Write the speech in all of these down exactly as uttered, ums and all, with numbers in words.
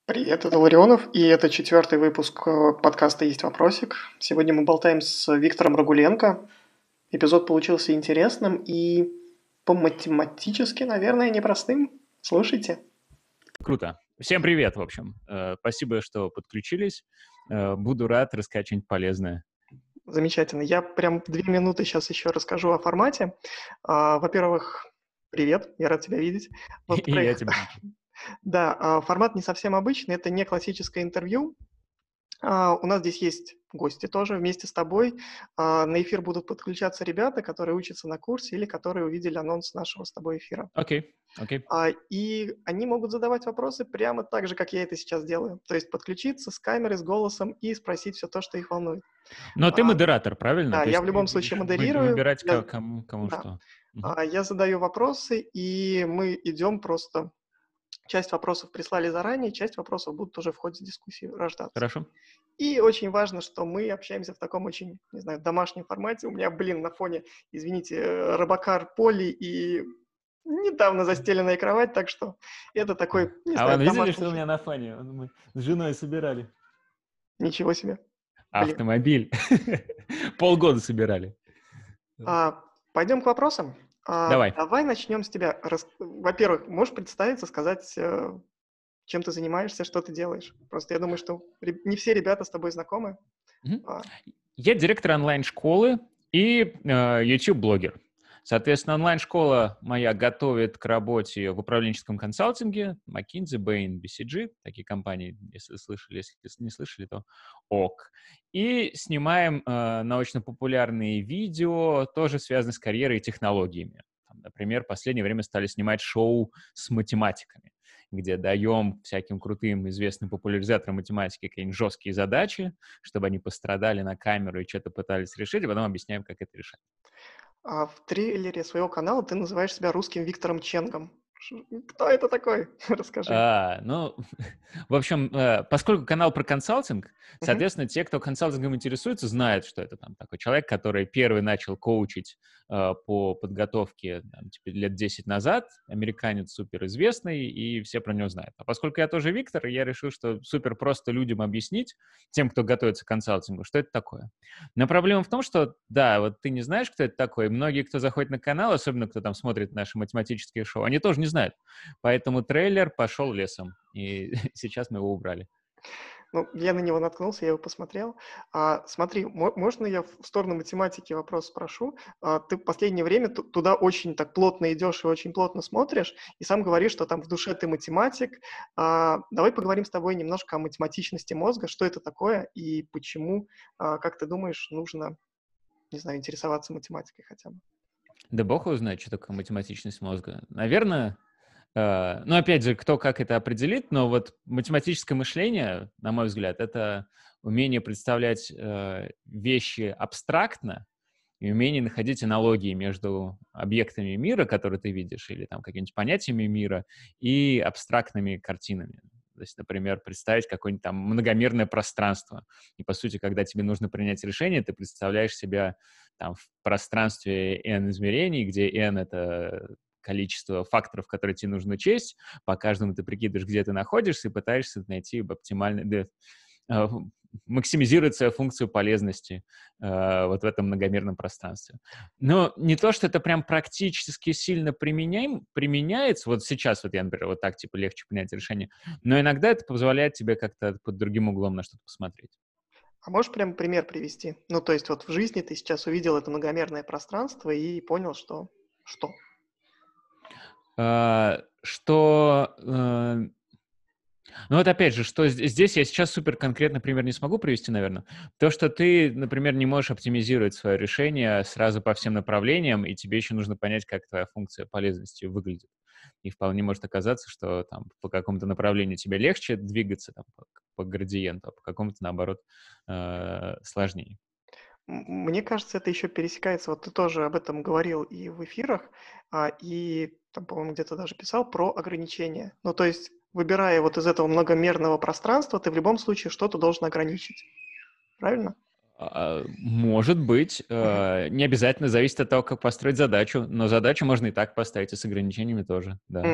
Привет, это Ларионов, и это четвертый выпуск э, подкаста «Есть вопросик». Сегодня мы болтаем с Виктором Рагуленко. Эпизод получился интересным и по-математически, наверное, непростым. Слушайте. Круто. Всем привет, в общем. Э, Спасибо, что подключились. Э, Буду рад рассказать что-нибудь полезное. Замечательно. Я прям две минуты сейчас еще расскажу о формате. А, Во-первых, привет, я рад тебя видеть. И я Во-вторых, тебя вижу. да, а, формат не совсем обычный, это не классическое интервью. А, У нас здесь есть гости тоже вместе с тобой. А, На эфир будут подключаться ребята, которые учатся на курсе или которые увидели анонс нашего с тобой эфира. Окей, окей. А, И они могут задавать вопросы прямо так же, как я это сейчас делаю. То есть подключиться с камерой, с голосом и спросить все то, что их волнует. Но ты А, модератор, правильно? Да, То я в есть ты любом случае будешь вы- модерирую. выбирать, ко- Я, кому, кому да, что. Мгм. А, я задаю вопросы, и мы идем просто... Часть вопросов прислали заранее, часть вопросов будут уже в ходе дискуссии рождаться. Хорошо. И очень важно, что мы общаемся в таком очень, не знаю, домашнем формате. У меня, блин, на фоне, извините, э, Робокар Поли и недавно застеленная кровать, так что это такой, не А знаю, вы видели, домашний что у фон. меня на фоне? Мы с женой собирали. Ничего себе. Блин. Автомобиль. Полгода собирали. А, пойдем к вопросам. А, Давай. давай начнем с тебя. Рас- Во-первых, можешь представиться, сказать, э, чем ты занимаешься, что ты делаешь? Просто я думаю, что ре- не все ребята с тобой знакомы. Мгм. А, Я директор онлайн-школы и э, YouTube-блогер. Соответственно, онлайн-школа моя готовит к работе в управленческом консалтинге, McKinsey, Bain, би си джи, такие компании, если слышали, если не слышали, то ок. И снимаем э, научно-популярные видео, тоже связанные с карьерой и технологиями. Там, например, в последнее время стали снимать шоу с математиками, где даем всяким крутым известным популяризаторам математики какие-нибудь жесткие задачи, чтобы они пострадали на камеру и что-то пытались решить, а потом объясняем, как это решать. а в трейлере своего канала ты называешь себя русским Виктором Ченгом. Ш- Кто это такой? Расскажи. А, ну, в общем, э, поскольку канал про консалтинг, Мгм. соответственно, те, кто консалтингом интересуется, знают, что это там такой человек, который первый начал коучить э, по подготовке там, типа, лет десять назад, американец суперизвестный, и все про него знают. А поскольку я тоже Виктор, я решил, что супер просто людям объяснить, тем, кто готовится к консалтингу, что это такое. Но проблема в том, что, да, вот ты не знаешь, кто это такой, и многие, кто заходит на канал, особенно кто там смотрит наши математические шоу, они тоже не знают. Поэтому трейлер пошел лесом, и сейчас мы его убрали. Ну, я на него наткнулся, я его посмотрел. А, смотри, мо- можно я в сторону математики вопрос спрошу? А, ты в последнее время ту- туда очень так плотно идешь и очень плотно смотришь, и сам говоришь, что там в душе ты математик. А, давай поговорим с тобой немножко о математичности мозга, что это такое и почему, а, как ты думаешь, нужно, не знаю, интересоваться математикой хотя бы. Да бог его знает, что такое математичность мозга. Наверное, э, ну, опять же, кто как это определит, но вот математическое мышление, на мой взгляд, это умение представлять э, вещи абстрактно и умение находить аналогии между объектами мира, которые ты видишь, или там какими-нибудь понятиями мира, и абстрактными картинами. То есть, например, представить какое-нибудь там многомерное пространство. И, по сути, когда тебе нужно принять решение, ты представляешь себя там в пространстве n измерений, где n — это количество факторов, которые тебе нужно учесть. По каждому ты прикидываешь, где ты находишься, и пытаешься найти оптимальный, да, э, максимизировать свою функцию полезности э, вот в этом многомерном пространстве. Но не то, что это прям практически сильно применяем, применяется, вот сейчас вот я, например, вот так, типа, легче принять решение, но иногда это позволяет тебе как-то под другим углом на что-то посмотреть. А можешь прям пример привести? Ну, то есть вот в жизни ты сейчас увидел это многомерное пространство и понял, что... Что? А, что э, Ну вот опять же, что з- здесь я сейчас супер конкретный пример не смогу привести, наверное. То, что ты, например, не можешь оптимизировать свое решение сразу по всем направлениям, и тебе еще нужно понять, как твоя функция полезности выглядит. И вполне может оказаться, что там по какому-то направлению тебе легче двигаться там, по, по градиенту, а по какому-то, наоборот, э, сложнее. М, Мне кажется, это еще пересекается, вот ты тоже об этом говорил и в эфирах, а, и там, по-моему, где-то даже писал про ограничения. Ну, то есть, выбирая вот из этого многомерного пространства, ты в любом случае что-то должен ограничить. Правильно? А, Может быть, Мгм. э, не обязательно зависит от того, как построить задачу, но задачу можно и так поставить, и с ограничениями тоже, да. М.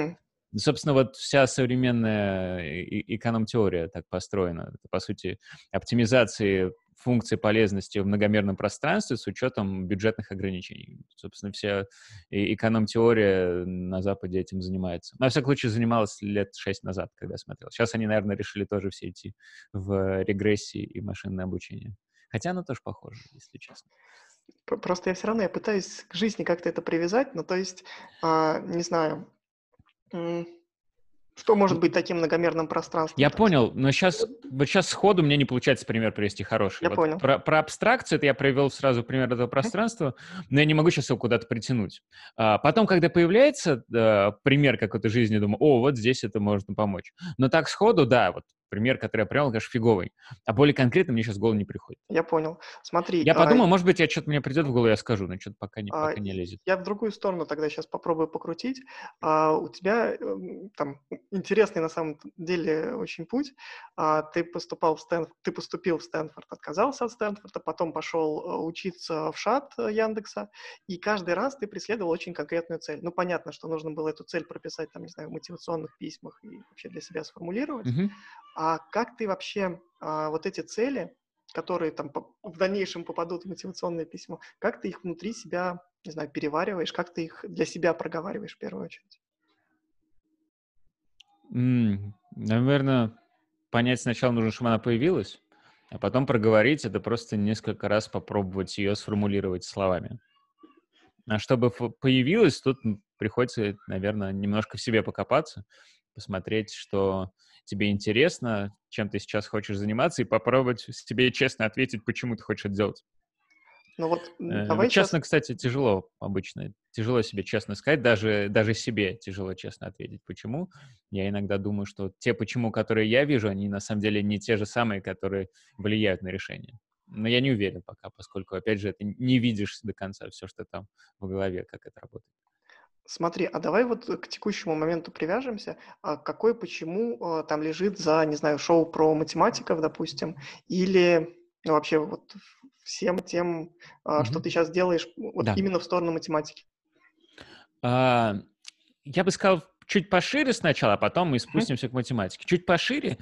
Собственно, вот вся современная э- эконом-теория так построена. Это, по сути, оптимизации функций полезности в многомерном пространстве с учетом бюджетных ограничений. Собственно, вся э- эконом-теория на Западе этим занимается. На всякий случай, занималась лет шесть назад, когда я смотрел. Сейчас они, наверное, решили тоже все идти в регрессии и машинное обучение. Хотя оно тоже похоже, если честно. Просто я все равно я пытаюсь к жизни как-то это привязать, ну, то есть, а, не знаю, м, что может быть таким многомерным пространством? Я Там, не знаю. понял, но сейчас, вот сейчас сходу мне не получается пример привести хороший. Я Вот понял. про, про абстракцию это я привел сразу пример этого Мгм. пространства, но я не могу сейчас его куда-то притянуть. А потом, когда появляется э, пример какой-то жизни, думаю, о, вот здесь это может помочь. Но так сходу, да, вот пример, который я привел, конечно, фиговый. А более конкретно мне сейчас в голову не приходит. Я понял. Смотри, Я а, подумал, может быть, я что-то мне придет в голову, я скажу, но что-то пока не, А, пока не лезет. я в другую сторону тогда сейчас попробую покрутить. А, у тебя, эм, там интересный на самом т деле очень путь. А, ты поступал в Стэн ты поступил в Стэнфорд, отказался от Стэнфорда, потом пошел, э, учиться в ШАТ, э, Яндекса, и каждый раз ты преследовал очень конкретную цель. Ну, понятно, что нужно было эту цель прописать, там, не знаю, в мотивационных письмах и вообще для себя сформулировать. Мгм. А как ты вообще, а, вот эти цели, которые там поп в дальнейшем попадут в мотивационное письмо, как ты их внутри себя, не знаю, перевариваешь, как ты их для себя проговариваешь в первую очередь? М, наверное, понять сначала нужно, чтобы она появилась, а потом проговорить — это просто несколько раз попробовать ее сформулировать словами. А чтобы ф появилась, тут, м, приходится, наверное, немножко в себе покопаться, посмотреть, что тебе интересно, чем ты сейчас хочешь заниматься, и попробовать себе честно ответить, почему ты хочешь это делать. Ну вот, м, Э, вот давай сейчас. честно, кстати, тяжело обычно. Тяжело себе честно сказать, даже, даже себе тяжело честно ответить, почему. Я иногда думаю, что те почему, которые я вижу, они на самом деле не те же самые, которые влияют на решение. Но я не уверен пока, поскольку, опять же, ты не видишь до конца все, что там в голове, как это работает. Смотри, а давай вот к текущему моменту привяжемся. А какой почему, а, там лежит за, не знаю, шоу про математиков, допустим, или ну, вообще вот в всем тем, а, что Мгм. ты сейчас делаешь вот Да. именно в сторону математики? А, я бы сказал, чуть пошире сначала, а потом мы Мгм. спустимся к математике. Чуть пошире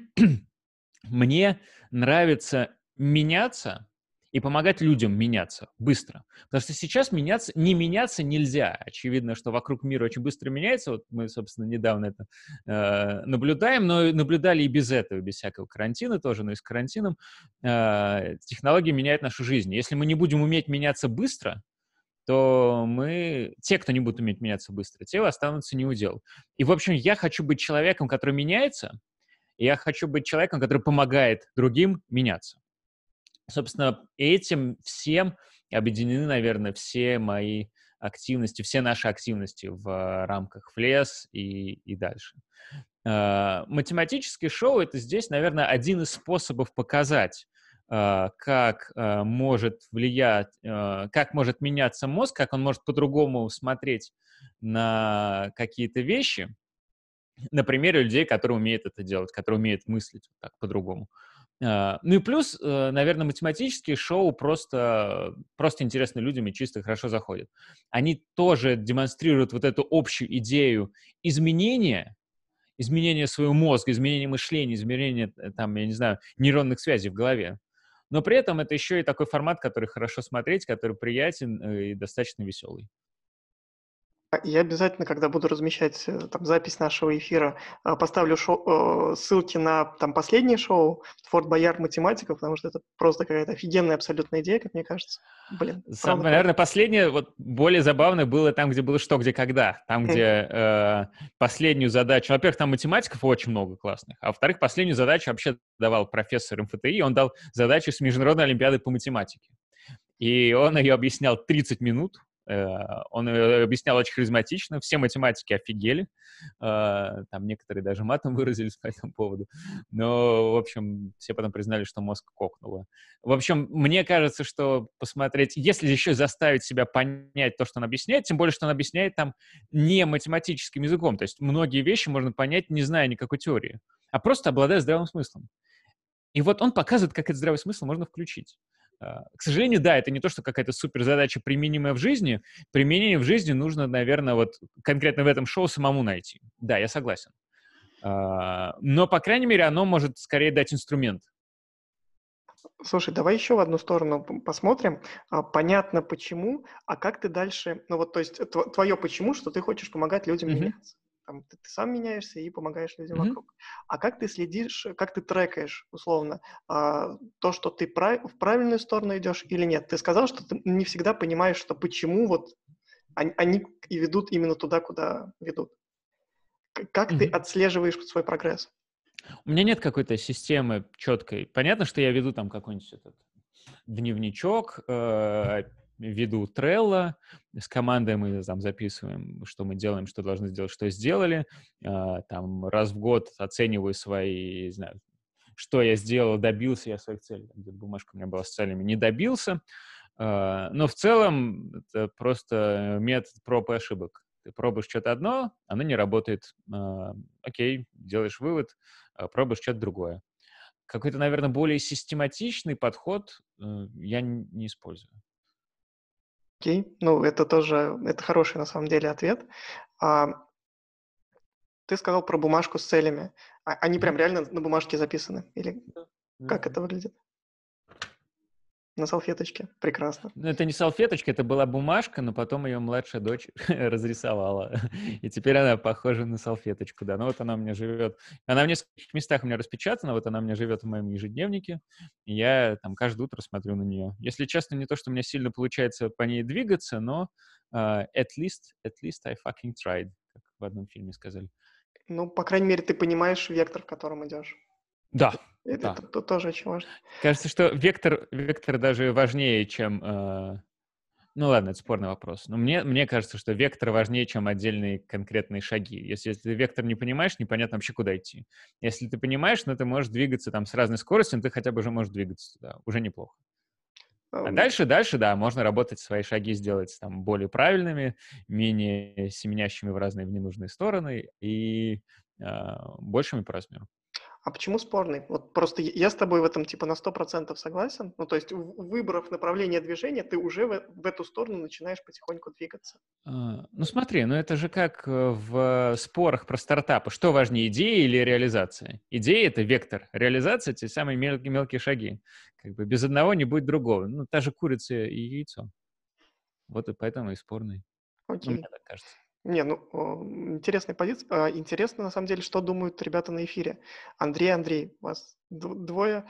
мне нравится меняться и помогать людям меняться быстро. Потому что сейчас меняться, не меняться нельзя. Очевидно, что вокруг мира очень быстро меняется. Вот мы, собственно, недавно это э, наблюдаем, но и наблюдали и без этого, без всякого карантина тоже, но и с карантином. Э, технологии меняют нашу жизнь. Если мы не будем уметь меняться быстро, то мы, те, кто не будут уметь меняться быстро, те останутся не у дел. И, в общем, я хочу быть человеком, который меняется, и я хочу быть человеком, который помогает другим меняться. Собственно, этим всем объединены, наверное, все мои активности, все наши активности в э, рамках ФЛЕС и, и дальше. Э, Математическое шоу — это здесь, наверное, один из способов показать, э, как э, может влиять, э, как может меняться мозг, как он может по-другому смотреть на какие-то вещи, на примере людей, которые умеют это делать, которые умеют мыслить вот так по-другому. А, Ну и плюс, э, наверное, математические шоу просто, просто интересны людям и чисто хорошо заходят. Они тоже демонстрируют вот эту общую идею изменения, изменения своего мозга, изменения мышления, изменения, э, там, я не знаю, нейронных связей в голове. Но при этом это еще и такой формат, который хорошо смотреть, который приятен э, и достаточно веселый. А, я обязательно, когда буду размещать, э, там запись нашего эфира, а, поставлю шо э, ссылки на там последнее шоу "Форт Боярд математиков", потому что это просто какая-то офигенная абсолютно идея, как мне кажется. Блин, Сам, правда круто. наверное, последнее, вот более забавное было там, где было «Что, где, когда». Там, Мгм. где э, последнюю задачу... Во-первых, там математиков очень много классных, а во-вторых, последнюю задачу вообще давал профессор МФТИ, он дал задачу с Международной олимпиады по математике. И он ее объяснял тридцать минут, э, он ее объяснял очень харизматично, все математики офигели, э, там некоторые даже матом выразились по этому поводу, но, в общем, все потом признали, что мозг кокнуло. В общем, мне кажется, что посмотреть, если еще заставить себя понять то, что он объясняет, тем более, что он объясняет там не математическим языком, то есть многие вещи можно понять, не зная никакой теории, а просто обладая здравым смыслом. И вот он показывает, как этот здравый смысл можно включить. А, К сожалению, да, это не то, что какая-то суперзадача, применимая в жизни. Применение в жизни нужно, наверное, вот конкретно в этом шоу самому найти. Да, я согласен. А, Но, по крайней мере, оно может скорее дать инструмент. Слушай, давай еще в одну сторону п- посмотрим. А, понятно почему, а как ты дальше, ну вот, то есть тв- твое почему, что ты хочешь помогать людям Мгм. меняться. Там, ты, ты сам меняешься и помогаешь людям Мгм. вокруг. А как ты следишь, как ты трекаешь, условно, а, то, что ты прав- в правильную сторону идешь или нет? Ты сказал, что ты не всегда понимаешь, что почему вот они, они и ведут именно туда, куда ведут. К- Как ты Мгм. отслеживаешь свой прогресс? У меня нет какой-то системы четкой. Понятно, что я веду там какой-нибудь этот дневничок, э, веду Trello, с командой мы там записываем, что мы делаем, что должны сделать, что сделали. А, Там раз в год оцениваю свои, не знаю, что я сделал, добился я своих целей. Там где-то бумажка у меня была с целями, не добился. А, Но в целом это просто метод проб и ошибок. Ты пробуешь что-то одно, оно не работает. А, Окей, делаешь вывод, а, пробуешь что-то другое. Какой-то, наверное, более систематичный подход э, я н- не использую. Окей, ну это тоже, это хороший на самом деле ответ. А, Ты сказал про бумажку с целями. А они Мгм. прям реально на бумажке записаны? Или Да, да, как да. это выглядит? На салфеточке. Прекрасно. Ну, это не салфеточка, это была бумажка, но потом ее младшая дочь разрисовала. И теперь она похожа на салфеточку, да. Ну вот она у меня живет. Она в нескольких местах у меня распечатана, вот она у меня живет в моем ежедневнике. И я там каждое утро смотрю на нее. Если честно, не то, что у меня сильно получается по ней двигаться, но а, at least, at least I fucking tried, как в одном фильме сказали. Ну, по крайней мере, ты понимаешь вектор, в котором идешь. Да, Это, это, да. это то- тоже очень важно. Кажется, что вектор, вектор даже важнее, чем... э, ну ладно, это спорный вопрос. Но мне, мне кажется, что вектор важнее, чем отдельные конкретные шаги. Если, если ты вектор не понимаешь, непонятно вообще, куда идти. Если ты понимаешь, ну ты можешь двигаться там с разной скоростью, но ты хотя бы уже можешь двигаться туда. Уже неплохо. А Эм, дальше, дальше, да, можно работать, свои шаги сделать там более правильными, менее семенящими в разные в ненужные стороны и э, большими по размеру. А почему спорный? Вот просто я я с тобой в этом типа на сто процентов согласен. Ну, то есть, в- выбрав направление движения, ты уже в, в эту сторону начинаешь потихоньку двигаться. А, Ну смотри, ну это же как э, в спорах про стартапы. Что важнее, идея или реализация? Идея — это вектор, реализация — те самые мелкие, мелкие шаги. Как бы без одного не будет другого. Ну, та же курица и яйцо. Вот и поэтому и спорный. Ну, мне Окей. так кажется. Не, ну, о, интересная позиция. А, Интересно, на самом деле, что думают ребята на эфире. Андрей, Андрей, вас д- двое.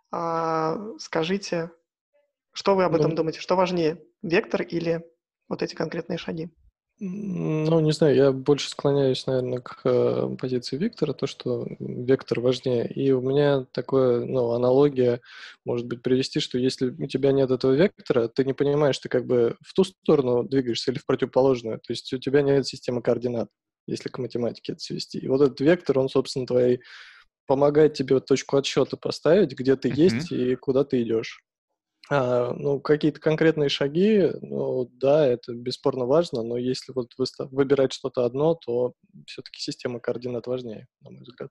А, Скажите, что вы об этом Ну, думаете? Что важнее, вектор или вот эти конкретные шаги? м, ну, не знаю, я больше склоняюсь, наверное, к э, позиции Виктора, то, что вектор важнее. И у меня такое, ну, аналогия может быть привести, что если у тебя нет этого вектора, ты не понимаешь, ты как бы в ту сторону двигаешься или в противоположную. То есть у тебя нет системы координат, если к математике это свести. И вот этот вектор, он, собственно, твоей помогает тебе вот точку отсчета поставить, где ты Мгм. есть и куда ты идешь. А, ну, какие-то конкретные шаги, ну, да, это бесспорно важно, но если вот выста- выбирать что-то одно, то все-таки система координат важнее, на мой взгляд.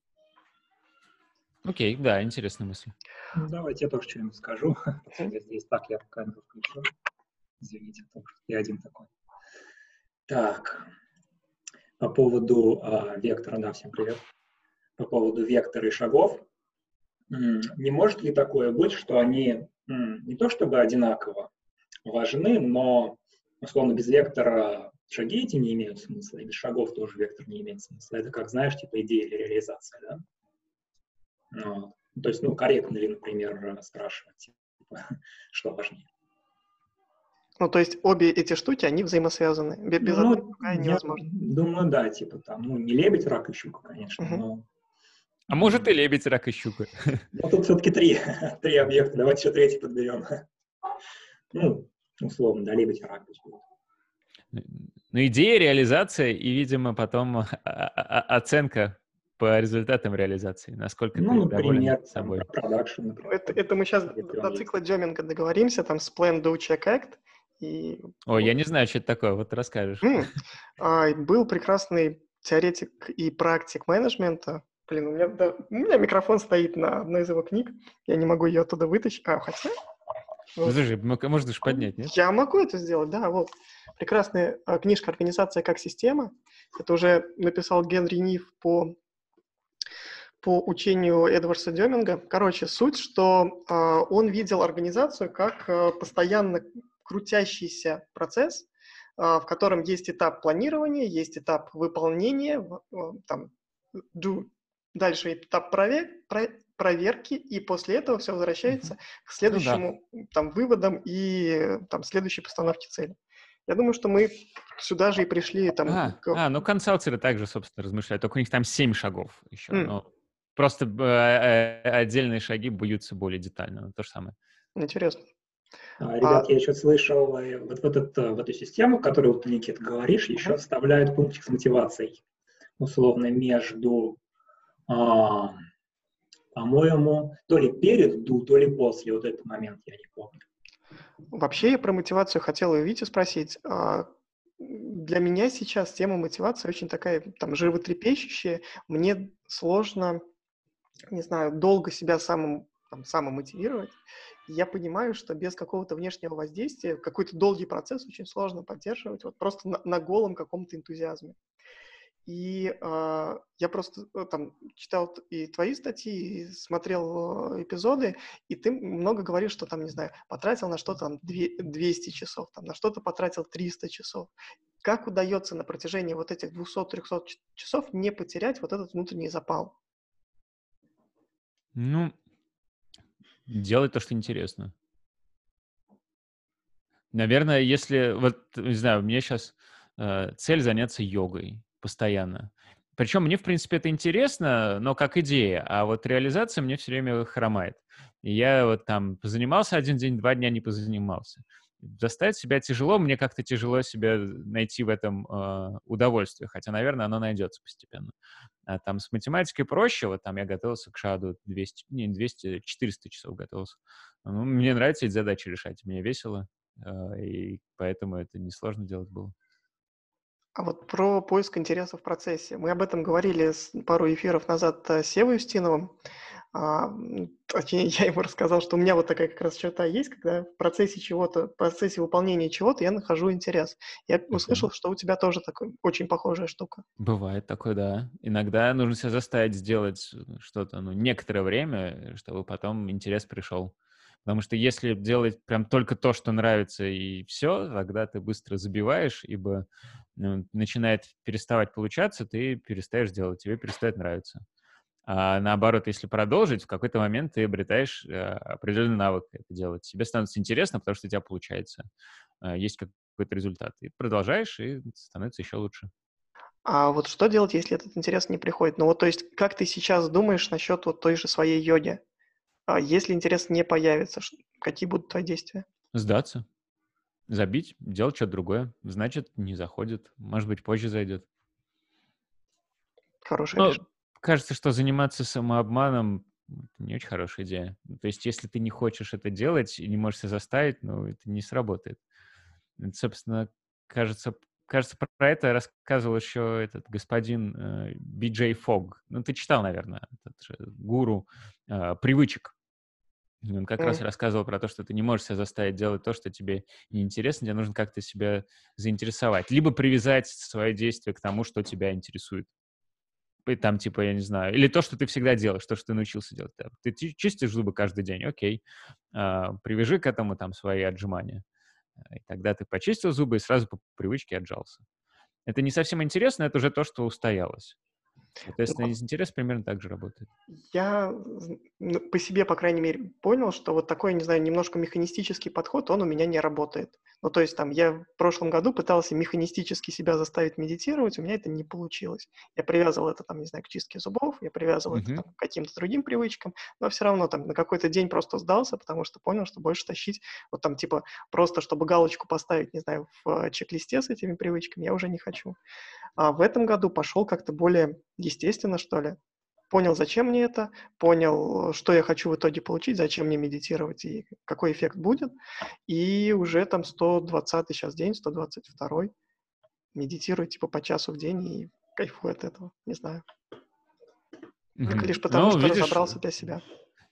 Окей, да, интересная мысль. Ну, давайте я тоже что-нибудь скажу. Мгм. Я здесь так, я камеру включу. Извините, потому что я один такой. Так, по поводу а, вектора, да, всем привет. По поводу вектора и шагов. М, Не может ли такое быть, что они м, не то чтобы одинаково важны, но, условно, без вектора шаги эти не имеют смысла, и без шагов тоже вектор не имеет смысла. Это как, знаешь, типа идея или реализация, да? Ну, вот. То есть, ну, корректно ли, например, спрашивать, типа, что важнее? Ну, то есть обе эти штуки, они взаимосвязаны. Бе- Без одной Ну, другая я невозможно. думаю, да, типа там, ну, не лебедь, рак и щука, конечно, Мгм. но... А может и лебедь, рак и щука. Ну, тут все-таки три, три объекта, давайте еще третий подберем. Ну, условно, да, лебедь, рак пусть будет. Ну, идея, реализация и, видимо, потом а- а- а- оценка по результатам реализации. Насколько Ну, ты доволен например, там, собой. продакшн, например, Это, это мы сейчас если до он есть. цикла Деминга договоримся, там, с Plan, Do, Check, Act. И Ой, я не знаю, что это такое, вот расскажешь. М, а, был прекрасный теоретик и практик менеджмента. Блин, у меня, да- у меня микрофон стоит на одной из его книг. Я не могу ее оттуда вытащить. А, хотя... Ну, Вот. слушай, м- можно же поднять, нет? Я могу это сделать, да, вот. Прекрасная а, книжка «Организация как система». Это уже написал Генри Ниф по, по учению Эдвардса Деминга. Короче, суть, что а, он видел организацию как а, постоянно крутящийся процесс, а, в котором есть этап планирования, есть этап выполнения, в- а, там, do, дальше этап провер, про- проверки, и после этого все возвращается Мгм. к Ну да. следующему там, выводам и э, там, следующей постановке цели. Я думаю, что мы сюда же и пришли там, А, к... а, ну консалтеры также, собственно, размышляют, только у них там семь шагов еще, М, но просто э, э, отдельные шаги бьются более детально, но то же самое. интересно. А, А, Ребят, я еще слышал, э, вот в, этот, э, в эту систему, которую вот ты, Никит, говоришь, еще мгм. вставляют пунктик с мотивацией. Условно между, а, по-моему, то ли перед ду, то ли после. Вот этот момент я не помню. Вообще я про мотивацию хотел у Вити спросить. А, Для меня сейчас тема мотивации очень такая там животрепещущая. Мне сложно, не знаю, долго себя самым, там, самомотивировать. И я понимаю, что без какого-то внешнего воздействия какой-то долгий процесс очень сложно поддерживать вот просто на, на голом каком-то энтузиазме. И а, я просто э, там читал т- и твои статьи, и смотрел э, эпизоды, и ты много говоришь, что там, не знаю, потратил на что-то там две- двести часов, там, на что-то потратил триста часов. Как удается на протяжении вот этих двухсот-трехсот ч- часов не потерять вот этот внутренний запал? Ну, делать то, что интересно. Наверное, если, вот, не знаю, у меня сейчас э, цель заняться йогой постоянно. Причем мне, в принципе, это интересно, но как идея, а вот реализация мне все время хромает. И я вот там позанимался один день, два дня не позанимался. Заставить себя тяжело, мне как-то тяжело себя найти в этом э, удовольствие, хотя, наверное, оно найдется постепенно. А там с математикой проще, вот там я готовился к ШАДу двести, не, двести, четыреста часов готовился. Ну, мне нравится эти задачи решать, мне весело. Uh, и поэтому это несложно делать было. А вот про поиск интереса в процессе. Мы об этом говорили с- пару эфиров назад э, с Севой Устиновым. А, м, точнее, я ему рассказал, что у меня вот такая как раз черта есть, когда в процессе чего-то, в процессе выполнения чего-то я нахожу интерес. Я Мгм. услышал, что у тебя тоже такой очень похожая штука. Бывает такое, да. Иногда нужно себя заставить сделать что-то, ну, некоторое время, чтобы потом интерес пришел. Потому что если делать прям только то, что нравится, и все, тогда ты быстро забиваешь, ибо ну, начинает переставать получаться, ты перестаешь делать, тебе перестает нравиться. А наоборот, если продолжить, в какой-то момент ты обретаешь э, определенный навык это делать. Тебе становится интересно, потому что у тебя получается. Э, есть какой-то результат. И продолжаешь, и становится еще лучше. А вот что делать, если этот интерес не приходит? Ну вот, то есть, как ты сейчас думаешь насчет вот той же своей йоги? А если интерес не появится, ш- какие будут твои действия? Сдаться, забить, делать что-то другое. Значит, не заходит. Может быть, позже зайдет. Хорошее решение. Но кажется, что заниматься самообманом — это не очень хорошая идея. Ну, то есть, если ты не хочешь это делать и не можешь себя заставить, ну, это не сработает. Это, собственно, кажется, кажется, про про это рассказывал еще этот господин э, Би Джей Фог. Ну, ты читал, наверное, этот же гуру э, привычек. И он как раз М. рассказывал про то, что ты не можешь себя заставить делать то, что тебе неинтересно, тебе нужно как-то себя заинтересовать. Либо привязать свое действие к тому, что тебя интересует. И там, типа, я не знаю, или то, что ты всегда делаешь, то, что ты научился делать. Там, ты чи- чистишь зубы каждый день, окей. А, привяжи к этому там свои отжимания. А, И тогда ты почистил зубы и сразу по привычке отжался. Это не совсем интересно, это уже то, что устоялось. Соответственно, Ну, интерес примерно так же работает. я з- ну, по себе, по крайней мере, понял, что вот такой, не знаю, немножко механистический подход, он у меня не работает. Ну, то есть там я в прошлом году пытался механистически себя заставить медитировать, у меня это не получилось. Я привязывал это, там, не знаю, к чистке зубов, я привязывал это Мгм. там, к каким-то другим привычкам, но все равно там на какой-то день просто сдался, потому что понял, что больше тащить, вот там типа просто чтобы галочку поставить, не знаю, в э, чек-листе с этими привычками, я уже не хочу. А в этом году пошел как-то более естественно, что ли. Понял, зачем мне это, понял, что я хочу в итоге получить, зачем мне медитировать и какой эффект будет. И уже там сто двадцатый сейчас день, сто двадцать второй. Медитирую типа по часу в день и кайфую от этого. Не знаю. Только Мгм. лишь потому, Ну, что видишь, разобрался для себя.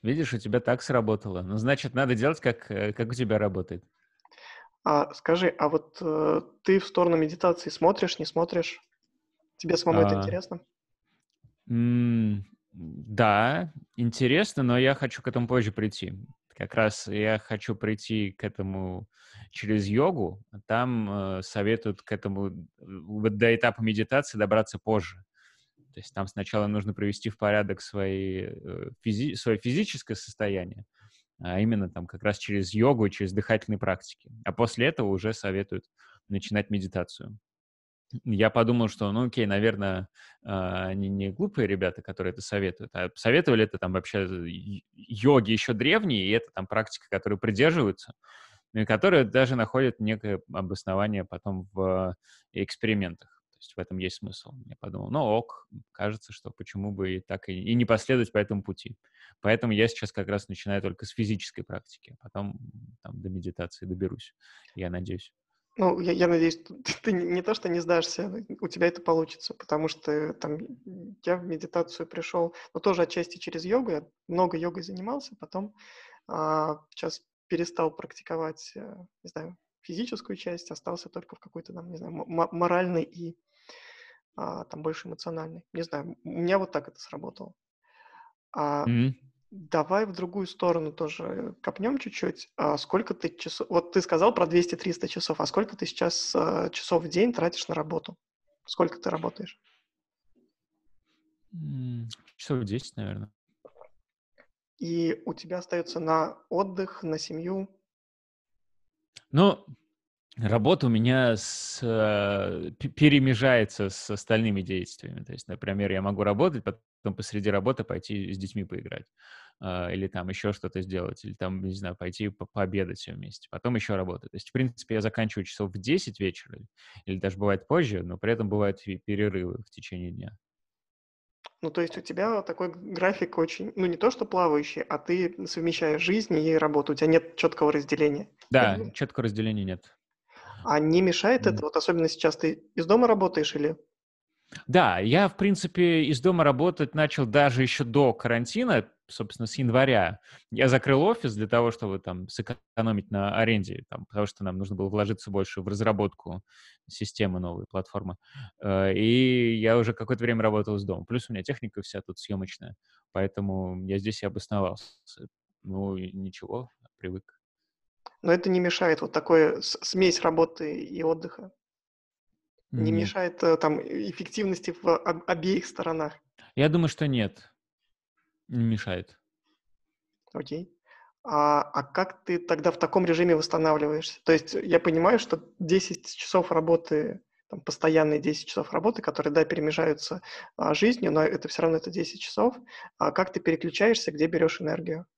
видишь, у тебя так сработало. Ну, значит, надо делать, как, э, как у тебя работает. А скажи, а вот э, ты в сторону медитации смотришь, не смотришь? Тебе самому это А, интересно? м, да, интересно, но я хочу к этому позже прийти. Как раз я хочу прийти к этому через йогу. а Там э, советуют к этому, э, вот до этапа медитации добраться позже. То есть там сначала нужно привести в порядок свои, э, физи- свое физическое состояние, а именно там как раз через йогу, через дыхательные практики. А после этого уже советуют начинать медитацию. Я подумал, что, ну, окей, наверное, а, они не глупые ребята, которые это советуют, а советовали это там вообще й- йоги еще древние, и это там практика, которой придерживаются, ну, и которые даже находят некое обоснование потом в экспериментах. То есть в этом есть смысл. Я подумал, ну ок, кажется, что почему бы и так и, и не последовать по этому пути. Поэтому я сейчас как раз начинаю только с физической практики, а потом там, до медитации доберусь, я надеюсь. Ну, я, я надеюсь, ты, ты не не то, что не сдашься, у тебя это получится, потому что там я в медитацию пришел, но тоже отчасти через йогу, я много йогой занимался, потом а, сейчас перестал практиковать, э, не знаю, физическую часть, остался только в какой-то там, не знаю, м- м- моральной и а, там больше эмоциональной. Не знаю, у меня вот так это сработало. А Мгм. давай в другую сторону тоже копнем чуть-чуть. А сколько ты часов... Вот ты сказал про двести-триста часов, а сколько ты сейчас а, часов в день тратишь на работу? Сколько ты работаешь? М, Часов десять, наверное. И у тебя остается на отдых, на семью. Ну, работа у меня с, э, п- перемежается с остальными действиями. То есть, например, я могу работать, потом посреди работы пойти с детьми поиграть. А, или там еще что-то сделать. Или там, не знаю, пойти по- пообедать все вместе. Потом еще работать. То есть, в принципе, я заканчиваю часов в десять вечера. Или даже бывает позже, но при этом бывают и перерывы в течение дня. Ну, то есть у тебя такой г- график очень, ну, не то что плавающий, а ты совмещаешь жизнь и работу. У тебя нет четкого разделения. Да, Это- четкого разделения нет. А не мешает это? Вот особенно сейчас ты из дома работаешь или... Да, я, в принципе, из дома работать начал даже еще до карантина, собственно, с января. Я закрыл офис для того, чтобы там сэкономить на аренде, там, потому что нам нужно было вложиться больше в разработку системы новой, платформы. Э, И я уже какое-то время работал из дома. Плюс у меня техника вся тут съемочная, поэтому я здесь и обосновался. Ну, и ничего, привык. Но это не мешает, вот такое с- смесь работы и отдыха. Не Нет. мешает э, там эффективности в об- обеих сторонах. Я думаю, что нет, не мешает. Окей. А, а как ты тогда в таком режиме восстанавливаешься? То есть я понимаю, что десять часов работы, там, постоянные десять часов работы, которые, да, перемежаются а, жизнью, но это все равно это десять часов. А как ты переключаешься, где берешь энергию?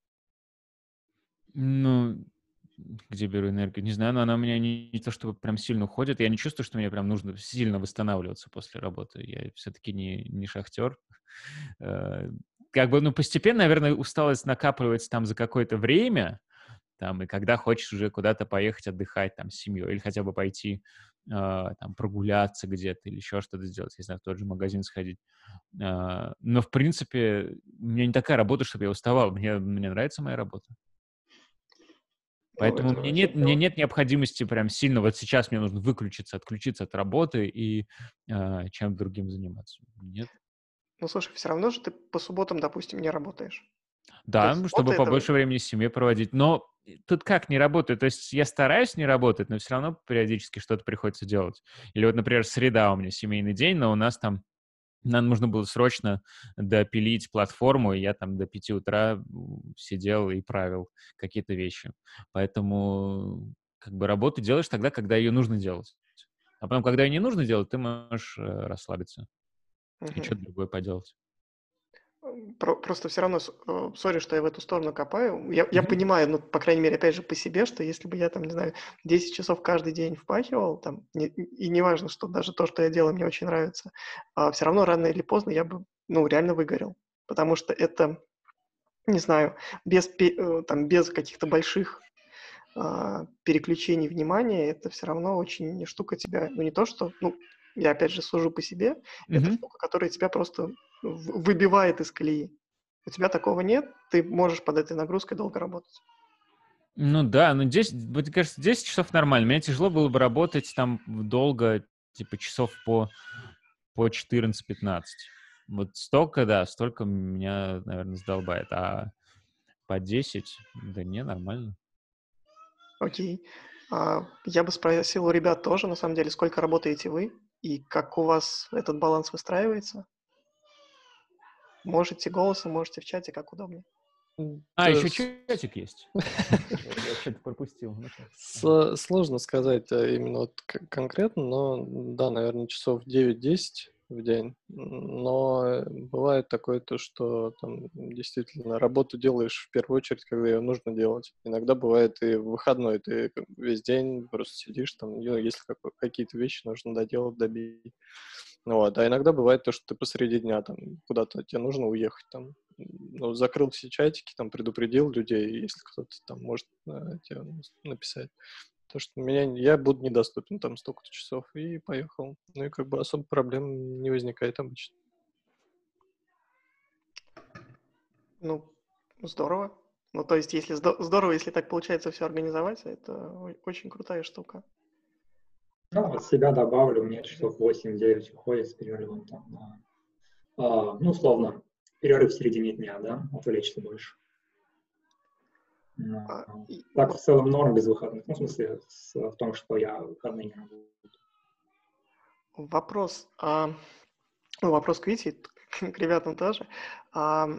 Ну, где беру энергию? Не знаю, но она у меня не, не то чтобы прям сильно уходит. Я не чувствую, что мне прям нужно сильно восстанавливаться после работы. Я все-таки не, не шахтер. Э, Как бы, ну, постепенно, наверное, усталость накапливается там за какое-то время, там, и когда хочешь уже куда-то поехать отдыхать там с семьей, или хотя бы пойти а, там прогуляться где-то, или еще что-то сделать, не знаю, в тот же магазин сходить. А, но, в принципе, у меня не такая работа, чтобы я уставал. Мне, мне нравится моя работа. Ну, Поэтому это мне очень нет, мне клево. нет необходимости прям сильно вот сейчас мне нужно выключиться, отключиться от работы и а, чем другим заниматься. Нет. Ну, слушай, все равно же ты по субботам, допустим, не работаешь. То Да, есть ну, суббота чтобы это... побольше времени с семьей проводить. Но тут как не работает? То есть я стараюсь не работать, но все равно периодически что-то приходится делать. Или вот, например, среда у меня семейный день, но у нас там нам нужно было срочно допилить платформу, и я там до пяти утра м, сидел и правил какие-то вещи. Поэтому как бы работу делаешь тогда, когда ее нужно делать. А потом, когда ее не нужно делать, ты можешь э, расслабиться и Мгм. что-то другое поделать. Про- просто все равно, с- э, сори, что я в эту сторону копаю. Я, я Мгм. понимаю, ну, по крайней мере, опять же, по себе, что если бы я там, не знаю, десять часов каждый день впахивал, там, не- и неважно, что даже то, что я делаю, мне очень нравится, все равно рано или поздно я бы, ну, реально выгорел. Потому что это, не знаю, без, пе- э, там, без каких-то больших а, переключений внимания, это все равно очень штука тебя, ну, не то, что, ну, я опять же сужу по себе, это Мгм. штука, которая тебя просто в- выбивает из колеи. У тебя такого нет, ты можешь под этой нагрузкой долго работать. Ну да, ну десять, мне кажется, десять часов нормально. Мне тяжело было бы работать там долго, типа часов по, по четырнадцать-пятнадцать. Вот столько, да, столько меня, наверное, задолбает. А по десять, да не, нормально. Окей. А, я бы спросил у ребят тоже, на самом деле, сколько работаете вы и как у вас этот баланс выстраивается? Можете голосом, можете в чате, как удобнее. А, Да, еще с- чатик есть. Я что-то пропустил. Ну-ка. с- Сложно сказать а, именно вот к- конкретно, но да, наверное, часов девять-десять в день. Но э, бывает такое то, что там действительно работу делаешь в первую очередь, когда ее нужно делать. Иногда бывает и в выходной, ты как бы весь день просто сидишь там, ну, если как- какие-то вещи нужно доделать, добить. Ну вот. А иногда бывает то, что ты посреди дня там куда-то, тебе нужно уехать там. Ну, закрыл все чатики, там предупредил людей, если кто-то там может э, тебе написать. То, что меня, я буду недоступен там столько-то часов, и поехал. Ну и как бы особо проблем не возникает обычно. Ну, здорово. Ну, то есть, если здо- здорово, если так получается все организовать, это о- очень крутая штука. Ну, от себя добавлю, у меня часов восемь-девять уходит с перерывом там на, а, ну, условно, перерыв в середине дня, да, отвлечься больше. Ну, А, и так в вот целом норм без выходных, ну, в смысле, с- в том, что я в выходные не работаю. вопрос, а, ну, вопрос к Вите, к ребятам тоже. А,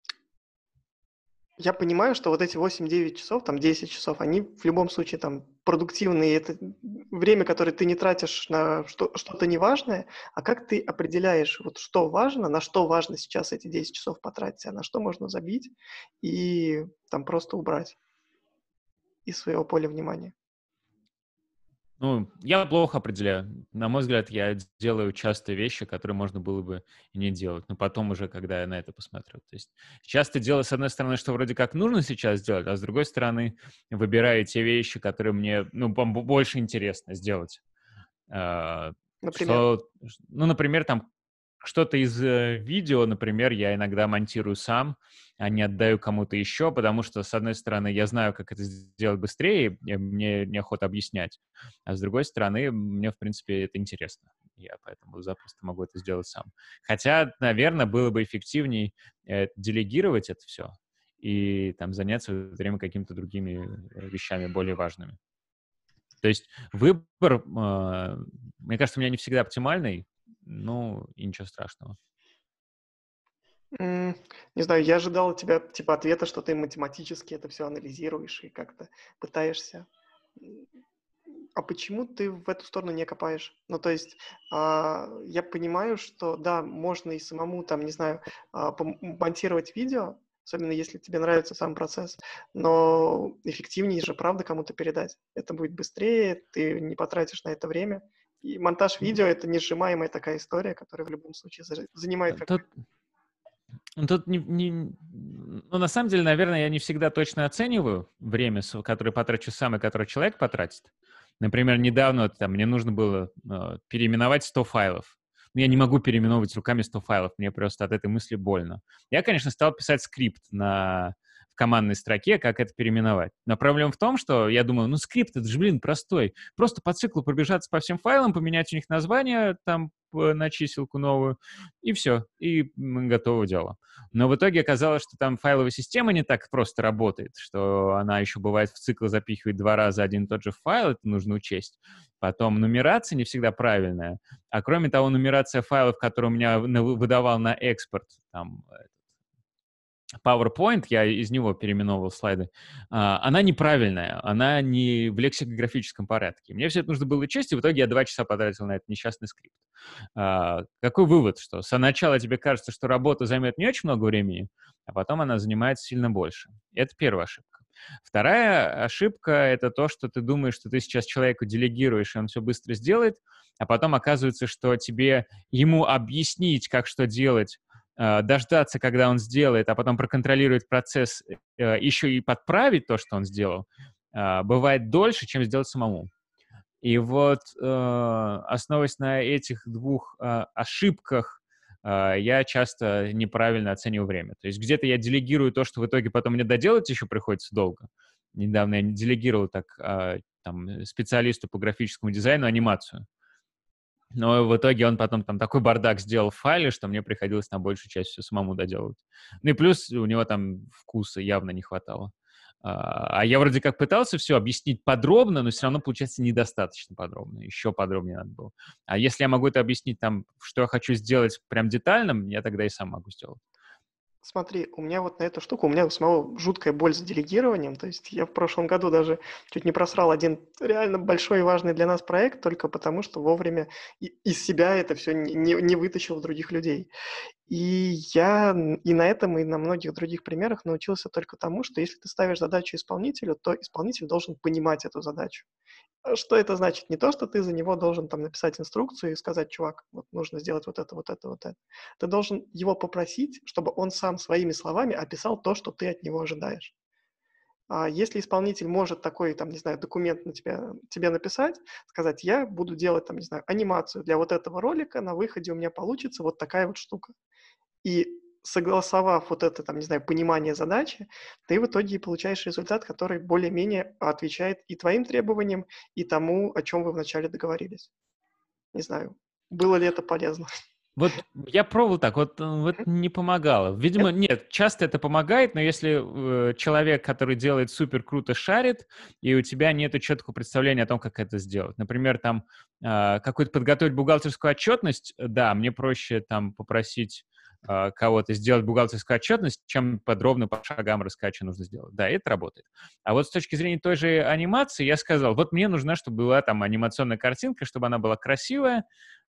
я понимаю, что вот эти восемь-девять часов, там десять часов, они в любом случае там продуктивные, это время, которое ты не тратишь на что- что-то неважное, а как ты определяешь, вот что важно, на что важно сейчас эти десять часов потратить, а на что можно забить и там просто убрать из своего поля внимания? Ну, я плохо определяю. На мой взгляд, я делаю часто вещи, которые можно было бы и не делать. Но потом уже, когда я на это посмотрю. То есть часто делаю, с одной стороны, что вроде как нужно сейчас сделать, а с другой стороны, выбираю те вещи, которые мне, ну, бом- больше интересно сделать. А, Например, Что, ну, например, там что-то из э, видео, например, я иногда монтирую сам, а не отдаю кому-то еще, потому что, с одной стороны, я знаю, как это сделать быстрее, и мне неохота объяснять, а с другой стороны, мне, в принципе, это интересно. Я поэтому запросто могу это сделать сам. Хотя, наверное, было бы эффективней э, делегировать это все и там заняться в это время какими-то другими э, вещами более важными. То есть выбор, э, мне кажется, у меня не всегда оптимальный, ну и ничего страшного. м, не знаю, я ожидал от тебя типа ответа, что ты математически это все анализируешь и как-то пытаешься. М, А почему ты в эту сторону не копаешь? Ну, то есть, а, я понимаю, что да, можно и самому там, не знаю, а, пом- монтировать видео, особенно если тебе нравится сам процесс, но эффективнее же, правда, кому-то передать. Это будет быстрее, ты не потратишь на это время. И монтаж видео — это несжимаемая такая история, которая в любом случае за- занимает Тут, какое-то... ну, тут не, не- ну, на самом деле, наверное, я не всегда точно оцениваю время, с- которое потрачу сам и которое человек потратит. Например, недавно вот, там, мне нужно было э, переименовать сто файлов. Но я не могу переименовывать руками сто файлов, мне просто от этой мысли больно. Я, конечно, стал писать скрипт на в командной строке, как это переименовать. Но проблема в том, что я думаю, ну, скрипт, это же, блин, простой. Просто по циклу пробежаться по всем файлам, поменять у них название там п- на чиселку новую, и все, и м, готово дело. Но в итоге оказалось, что там файловая система не так просто работает, что она еще бывает в цикл запихивает два раза один и тот же файл, это нужно учесть. Потом нумерация не всегда правильная. А кроме того, нумерация файлов, которые у меня на- выдавал на экспорт, там, PowerPoint, я из него переименовывал слайды, а, она неправильная, она не в лексикографическом порядке. Мне все это нужно было учесть, и в итоге я два часа потратил на этот несчастный скрипт. А, Какой вывод? Что сначала тебе кажется, что работа займет не очень много времени, а потом она занимает сильно больше. Это первая ошибка. Вторая ошибка — это то, что ты думаешь, что ты сейчас человеку делегируешь, и он все быстро сделает, а потом оказывается, что тебе ему объяснить, как что делать, э, дождаться, когда он сделает, а потом проконтролировать процесс, э, еще и подправить то, что он сделал, э, бывает дольше, чем сделать самому. И вот, э, основываясь на этих двух э, ошибках, э, я часто неправильно оцениваю время. То есть где-то я делегирую то, что в итоге потом мне доделать еще приходится долго. Недавно я делегировал так э, там, специалисту по графическому дизайну анимацию. Но в итоге он потом там такой бардак сделал в файле, что мне приходилось там большую часть все самому доделывать. Ну и плюс у него там вкуса явно не хватало. А а я вроде как пытался все объяснить подробно, но все равно получается недостаточно подробно. Еще подробнее надо было. А если я могу это объяснить там, что я хочу сделать прям детально, я тогда и сам могу сделать. Смотри, у меня вот на эту штуку, у меня у самого жуткая боль с делегированием, то есть я в прошлом году даже чуть не просрал один реально большой и важный для нас проект, только потому что вовремя и- из себя это все не, не- не вытащил в других людей. И я н- и на этом, и на многих других примерах научился только тому, что если ты ставишь задачу исполнителю, то исполнитель должен понимать эту задачу. А что это значит? Не то, что ты за него должен там написать инструкцию и сказать, чувак, вот нужно сделать вот это, вот это, вот это. Ты должен его попросить, чтобы он сам своими словами описал то, что ты от него ожидаешь. А если исполнитель может такой, там, не знаю, документ на тебя, тебе написать, сказать, я буду делать, там, не знаю, анимацию для вот этого ролика, на выходе у меня получится вот такая вот штука. И согласовав вот это, там, не знаю, понимание задачи, ты в итоге получаешь результат, который более-менее отвечает и твоим требованиям, и тому, о чем вы вначале договорились. Не знаю, было ли это полезно. Вот я пробовал так, вот, э, вот не помогало. Видимо, Это- нет, часто это помогает, но если э, человек, который делает супер круто, шарит, и у тебя нет четкого представления о том, как это сделать. Например, там э, какую-то подготовить бухгалтерскую отчетность, э, да, мне проще там попросить э, кого-то сделать бухгалтерскую отчетность, чем подробно по шагам рассказать, что нужно сделать. Да, это работает. А вот с точки зрения той же анимации, я сказал, вот мне нужна, чтобы была там анимационная картинка, чтобы она была красивая,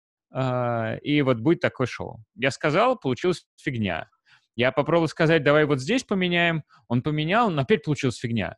а, и вот будет такое шоу. Я сказал, получилась фигня. Я попробовал сказать, давай вот здесь поменяем. Он поменял, но опять получилась фигня.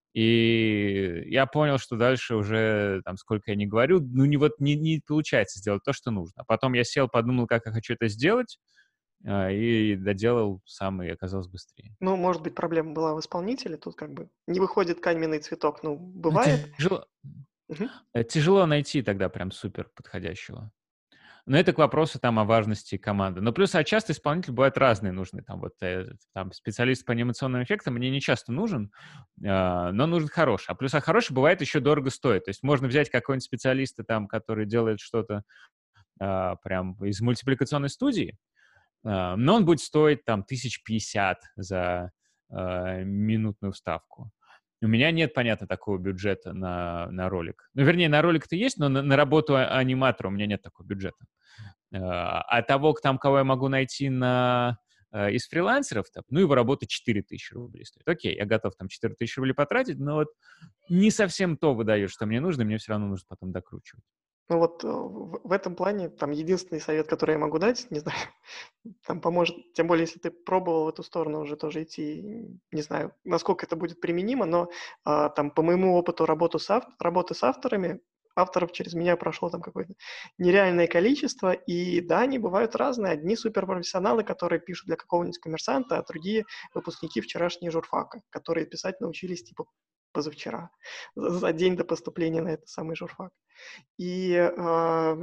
И я понял, что дальше уже, там, сколько я не говорю, ну, не, вот, не, не получается сделать то, что нужно. А потом я сел, подумал, как я хочу это сделать, а, и доделал сам, и оказалось быстрее. Ну, может быть, проблема была в исполнителе, тут как бы не выходит каменный цветок, ну, Ну, бывает. тяжело, Мгм. э, тяжело найти тогда прям супер подходящего. Но это к вопросу там о важности команды. Но плюс, а часто исполнители бывают разные нужны. Там вот э, там специалист по анимационным эффектам мне не часто нужен, э, но нужен хороший. А плюс, а хороший бывает еще дорого стоит. То есть можно взять какого-нибудь специалиста там, который делает что-то э, прям из мультипликационной студии, э, но он будет стоить там тысяч пятьдесят за э, минутную вставку. У меня нет, понятно, такого бюджета на, на ролик. Ну, вернее, на ролик-то есть, но на, на работу а- аниматора у меня нет такого бюджета. Э, А того, там, кого я могу найти на, э, из фрилансеров, там, ну, его работа четыре тысячи рублей стоит. Окей, я готов там четыре тысячи рублей потратить, но вот не совсем то выдает, что мне нужно, мне все равно нужно потом докручивать. Ну вот э, в в этом плане там единственный совет, который я могу дать, не знаю, там поможет, тем более, если ты пробовал в эту сторону уже тоже идти, не знаю, насколько это будет применимо, но а, там по моему опыту работу с ав- работы с авторами, авторов через меня прошло там какое-то нереальное количество, и да, они бывают разные. Одни суперпрофессионалы, которые пишут для какого-нибудь коммерсанта, а другие выпускники вчерашнего журфака, которые писать научились типа позавчера, за за день до поступления на этот самый журфак. И, а,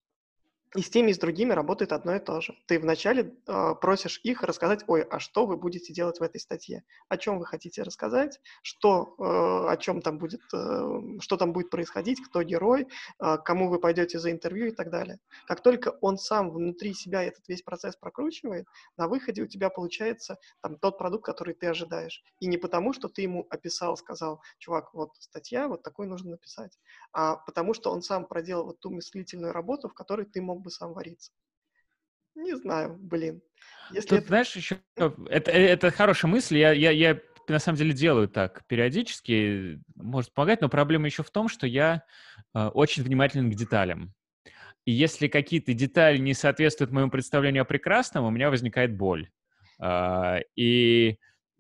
и с теми, и с другими работает одно и то же. Ты вначале а, просишь их рассказать, ой, а что вы будете делать в этой статье? О чем вы хотите рассказать? Что, э, о чем там будет, э, что там будет происходить? Кто герой? э, кому вы пойдете за интервью и так далее. Как только он сам внутри себя этот весь процесс прокручивает, на выходе у тебя получается там тот продукт, который ты ожидаешь. И не потому, что ты ему описал, сказал, чувак, вот статья, вот такой нужно написать, а потому что он сам проделал вот ту мыслительную работу, в которой ты мог бы сам вариться. Не знаю, блин. Если Тут, это... знаешь, еще это, это хорошая мысль. Я, я, я на самом деле делаю так периодически, может помогать, но проблема еще в том, что я э, очень внимателен к деталям. И если какие-то детали не соответствуют моему представлению о прекрасном, у меня возникает боль. А, И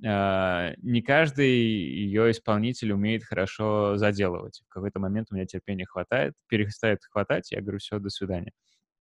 а, не каждый ее исполнитель умеет хорошо заделывать. В какой-то момент у меня терпения хватает, перестает хватать, я говорю, все, до свидания.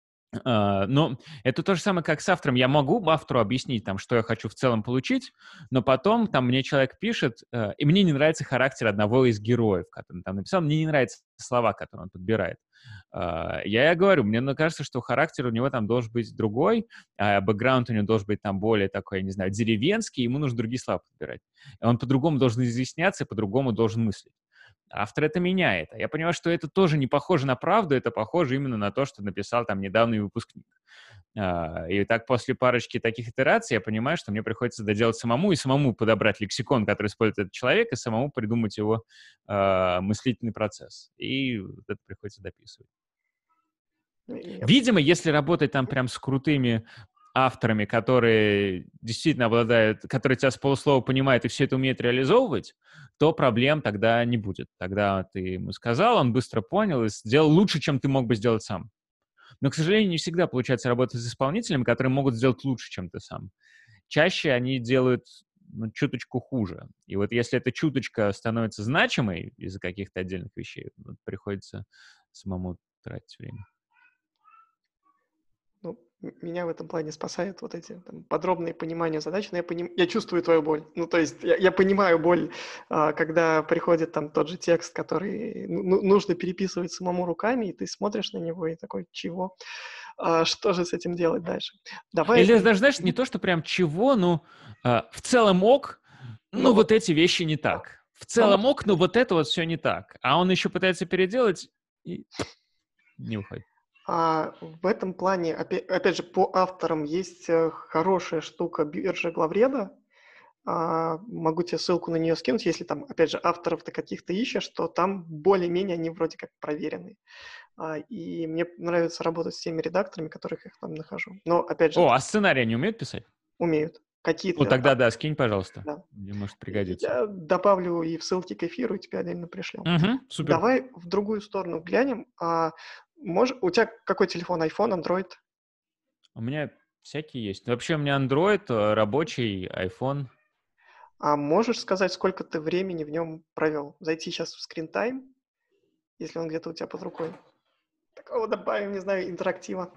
А, Но это то же самое, как с автором. Я могу автору объяснить, там, что я хочу в целом получить, но потом там мне человек пишет, э, и мне не нравится характер одного из героев, который он там написал, мне не нравятся слова, которые он подбирает. Uh, я и говорю, мне ну, кажется, что характер у него там должен быть другой, а бэкграунд у него должен быть там более такой, я не знаю, деревенский, ему нужно другие слова подбирать. Он по-другому должен изъясняться, по-другому должен мыслить. Автор это меняет. А я понимаю, что это тоже не похоже на правду, это похоже именно на то, что написал там недавний выпускник. Uh, и так после парочки таких итераций я понимаю, что мне приходится доделать самому и самому подобрать лексикон, который использует этот человек, и самому придумать его uh, мыслительный процесс. И вот это приходится дописывать. Видимо, если работать там прям с крутыми авторами, которые действительно обладают, которые тебя с полуслова понимают и все это умеют реализовывать, то проблем тогда не будет. Тогда ты ему сказал, он быстро понял и сделал лучше, чем ты мог бы сделать сам. Но, к сожалению, не всегда получается работать с исполнителями, которые могут сделать лучше, чем ты сам. Чаще они делают ну, чуточку хуже. И вот если эта чуточка становится значимой из-за каких-то отдельных вещей, вот, приходится самому тратить время. Ну, меня в этом плане спасают вот эти там, подробные понимания задач, но я, поним... я чувствую твою боль. Ну, то есть я, я понимаю боль, а, когда приходит там тот же текст, который ну, нужно переписывать самому руками, и ты смотришь на него и такой, чего? А, что же с этим делать дальше? Давай... Или даже, знаешь, не то, что прям чего, ну, а, в целом ок, ну, ну вот эти вещи не так. В целом ок, но вот это вот все не так. А он еще пытается переделать и не уходит. А в этом плане, опять, опять же, по авторам есть хорошая штука биржа главреда. А, могу тебе ссылку на нее скинуть, если там, опять же, авторов ты каких-то ищешь, то там более-менее они вроде как проверенные. А, и мне нравится работать с теми редакторами, которых я там нахожу. Но, опять же... О, а сценарии они умеют писать? Умеют. Какие-то... Ну, тогда да, скинь, пожалуйста. Да. Мне может пригодиться. Я добавлю и в ссылки к эфиру, и тебе отдельно пришлю. Угу, супер. Давай в другую сторону глянем. А, мож... У тебя какой телефон? iPhone, Android? У меня всякие есть. Вообще у меня Android, рабочий, iPhone. А можешь сказать, сколько ты времени в нем провел? Зайти сейчас в Screen Time, если он где-то у тебя под рукой. Такого добавим, не знаю, интерактива.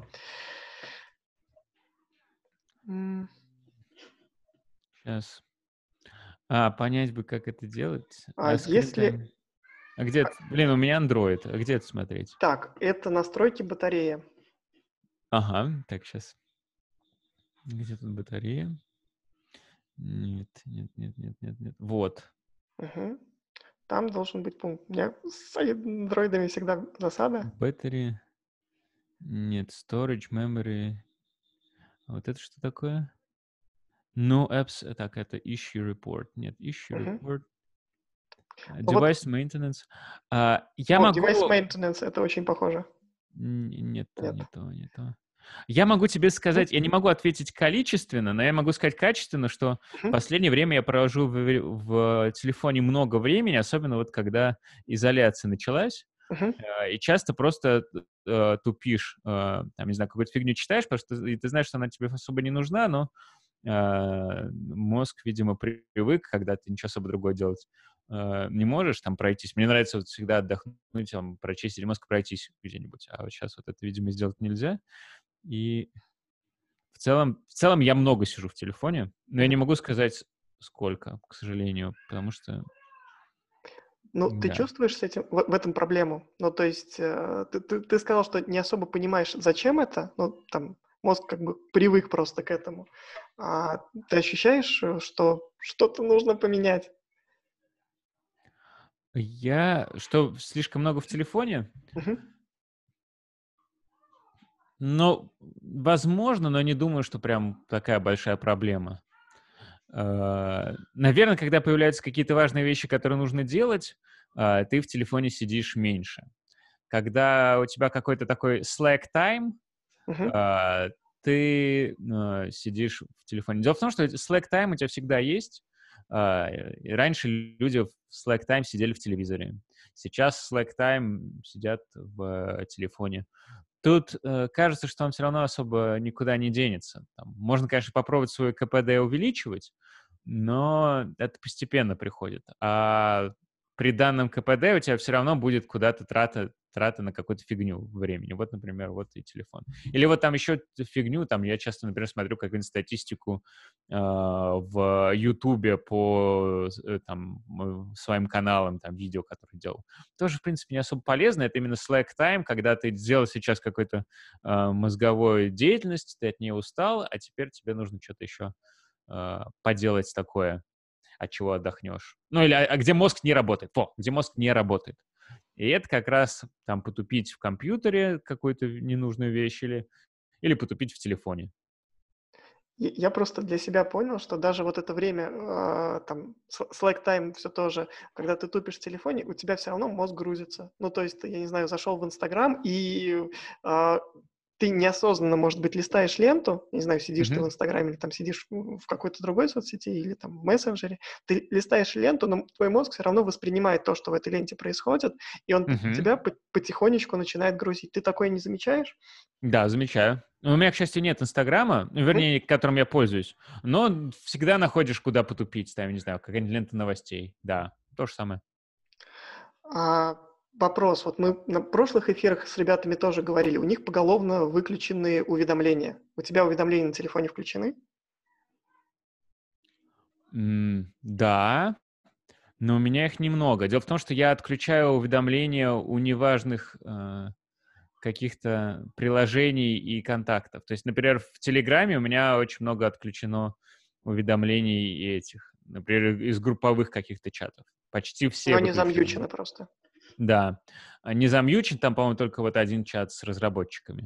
Сейчас. А, понять бы, как это делать. А, а если... А где это? Блин, у меня Android. А где это смотреть? Так, это настройки батареи. Ага, так, сейчас. Где тут батарея? Нет, нет, нет, нет, нет, нет. Вот. Угу. Там должен быть пункт. У меня с андроидами всегда засада. Battery. Нет, storage, memory. А вот это что такое? No apps. Так, это issue report. Нет, issue Угу. report. Ну вот- Device maintenance. А, я О, могу... device maintenance, это очень похоже. Н- Нет, то, Нет. не то, не то. Я могу тебе сказать, я не могу ответить количественно, но я могу сказать качественно, что в Мгм. последнее время я провожу в, в телефоне много времени, особенно вот когда изоляция началась, Мгм. э, и часто просто э, тупишь, э, там, не знаю, какую-то фигню читаешь, потому что и ты знаешь, что она тебе особо не нужна, но э, мозг, видимо, привык, когда ты ничего особо другое делать э, не можешь, там, пройтись. Мне нравится вот всегда отдохнуть, там, прочистить мозг, пройтись где-нибудь, а вот сейчас вот это, видимо, сделать нельзя. И в целом, в целом я много сижу в телефоне, но я не могу сказать, сколько, к сожалению, потому что... Ну, ты Да. чувствуешь с этим, в, в этом проблему? Ну, то есть, э, ты, ты, ты сказал, что не особо понимаешь, зачем это, ну, там, мозг как бы привык просто к этому. А ты ощущаешь, э, что что-то нужно поменять? Я... Что, слишком много в телефоне? Мгм. Ну, возможно, но не думаю, что прям такая большая проблема. Э, Наверное, когда появляются какие-то важные вещи, которые нужно делать, э, ты в телефоне сидишь меньше. Когда у тебя какой-то такой slack time, Мгм. э, ты э, сидишь в телефоне. Дело в том, что slack time у тебя всегда есть. Э, и раньше люди в slack time сидели в телевизоре. Сейчас slack time сидят в э, телефоне. Тут э, кажется, что он все равно особо никуда не денется. Там, можно, конечно, попробовать свой ка пэ дэ увеличивать, но это постепенно приходит. А при данном КПД у тебя все равно будет куда-то трата, трата на какую-то фигню времени. Вот, например, вот и телефон. Или вот там еще фигню, там я часто, например, смотрю какую-нибудь статистику э, в Ютубе по э, там, своим каналам, там, видео, которые делал. Тоже, в принципе, не особо полезно. Это именно slack time, когда ты сделал сейчас какой-то э, мозговой деятельность, ты от нее устал, а теперь тебе нужно что-то еще э, поделать такое, от чего отдохнешь. Ну, или а, а где мозг не работает. Во, где мозг не работает. И это как раз там потупить в компьютере какую-то ненужную вещь или, или потупить в телефоне. Я я просто для себя понял, что даже вот это время, а, там, с- slack time, все тоже, когда ты тупишь в телефоне, у тебя все равно мозг грузится. Ну, то есть ты, я не знаю, зашел в Инстаграм, и а, ты неосознанно, может быть, листаешь ленту, не знаю, сидишь ты в Мгм. Инстаграме или там сидишь в в какой-то другой соцсети или там в мессенджере, ты листаешь ленту, но твой мозг все равно воспринимает то, что в этой ленте происходит, и он т- Мгм. тебя по- потихонечку начинает грузить. Ты такое не замечаешь? Да, замечаю. Ну, у меня, к счастью, нет Инстаграма, ну, Мгм. вернее, которым я пользуюсь, но всегда находишь, куда потупить, там, не знаю, какая-нибудь лента новостей. Да, то же самое. А, вопрос. Вот мы на прошлых эфирах с ребятами тоже говорили, у них поголовно выключены уведомления. У тебя уведомления на телефоне включены? М, да, но у меня их немного. Дело в том, что я отключаю уведомления у неважных э, каких-то приложений и контактов. То есть, например, в Телеграме у меня очень много отключено уведомлений и этих, например, из групповых каких-то чатов. Почти Но все они выключены. замьючены просто. Да. А не замьючен, там, по-моему, только вот один чат с разработчиками.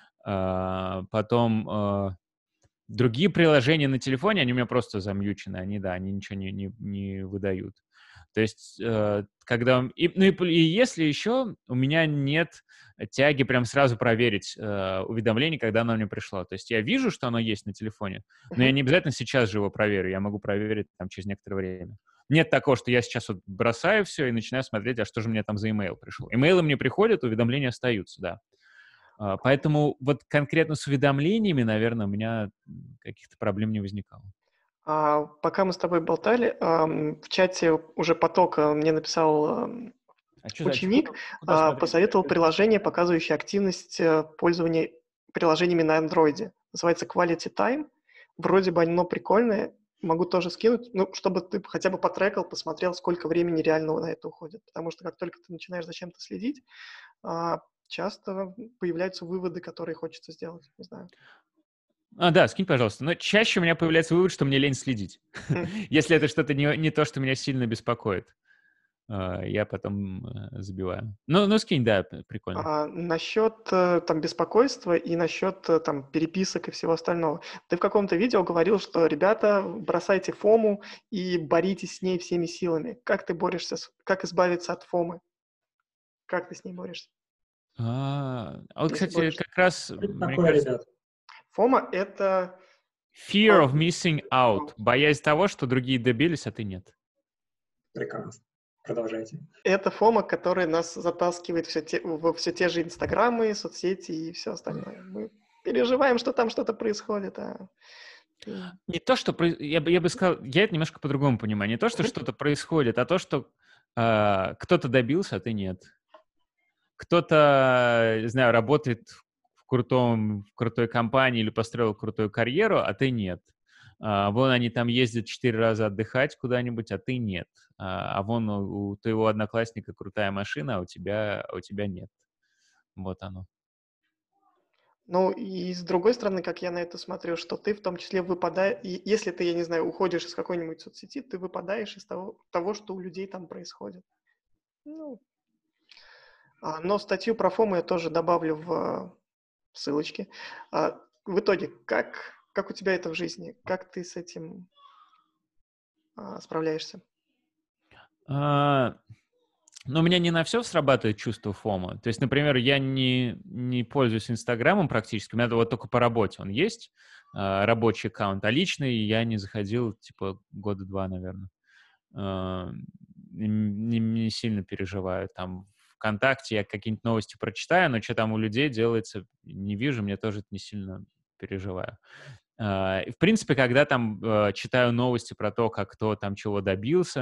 А, потом а, другие приложения на телефоне, они у меня просто замьючены. Они, да, они ничего не, не, не выдают. То есть, э, когда... И, ну и, пл- и если еще у меня нет тяги прям сразу проверить э, уведомление, когда оно мне пришло. То есть я вижу, что оно есть на телефоне, но я Мгм. не обязательно сейчас же его проверю. Я могу проверить там через некоторое время. Нет такого, что я сейчас вот бросаю все и начинаю смотреть, а что же мне там за имейл пришел. Имейлы мне приходят, уведомления остаются, да. А, Поэтому вот конкретно с уведомлениями, наверное, у меня м, каких-то проблем не возникало. А, пока мы с тобой болтали, ам, в чате уже потока мне написал ам, А что за... ученик, Куда, куда а, смотреть? посоветовал приложение, показывающее активность э, пользования приложениями на андроиде. Называется Quality Time. Вроде бы оно прикольное. Могу тоже скинуть, ну, чтобы ты хотя бы потрекал, посмотрел, сколько времени реально на это уходит. Потому что как только ты начинаешь за чем-то следить, а, часто появляются выводы, которые хочется сделать. Не знаю. А, да, скинь, пожалуйста. Но чаще у меня появляется вывод, что мне лень следить. Хм. Если это что-то не, не то, что меня сильно беспокоит, а, я потом э, забиваю. Ну, ну, скинь, да, п- прикольно. А, насчет э, там беспокойства и насчет э, там переписок и всего остального. Ты в каком-то видео говорил, что ребята, бросайте фому и боритесь с ней всеми силами. Как ты борешься, с- как избавиться от фомы? Как ты с ней борешься, А, а вот, если кстати, борешься? как раз, Что это мне такое, кажется, ребят? Фома– это, fear а, of missing out. Боязнь того, что другие добились, а ты нет. Прекрасно. Продолжайте. это фома, которая нас затаскивает все те, во все те же инстаграмы, соцсети и все остальное. Мы переживаем, что там что-то происходит, а ты- Не то, что... проис- Я бы, я бы сказал, я это немножко по-другому понимаю. Не то, что Мгм. что-то происходит, а то, что а, кто-то добился, а ты нет. Кто-то, не знаю, работает в крутом, в крутой компании или построил крутую карьеру, а ты нет. А, вон они там ездят четыре раза отдыхать куда-нибудь, а ты нет. А, а вон у, у твоего одноклассника крутая машина, а у тебя, а у тебя нет. Вот оно. Ну, и с другой стороны, как я на это смотрю, что ты в том числе выпадаешь, и если ты, я не знаю, уходишь из какой-нибудь соцсети, ты выпадаешь из того, того, что у людей там происходит. Ну, а, но статью про фому я тоже добавлю в а, ссылочки. А, в итоге, как, как у тебя это в жизни? Как ты с этим а, справляешься? А, но у меня не на все срабатывает чувство фома. То есть, например, я не, не пользуюсь Инстаграмом практически. У меня вот только по работе он есть, а, рабочий аккаунт, а личный я не заходил, типа, года два, наверное. А, не, не сильно переживаю. Там ВКонтакте я какие-нибудь новости прочитаю, но что там у людей делается, не вижу, мне тоже это не сильно переживаю. А, и, в принципе, когда там э, читаю новости про то, как кто там чего добился,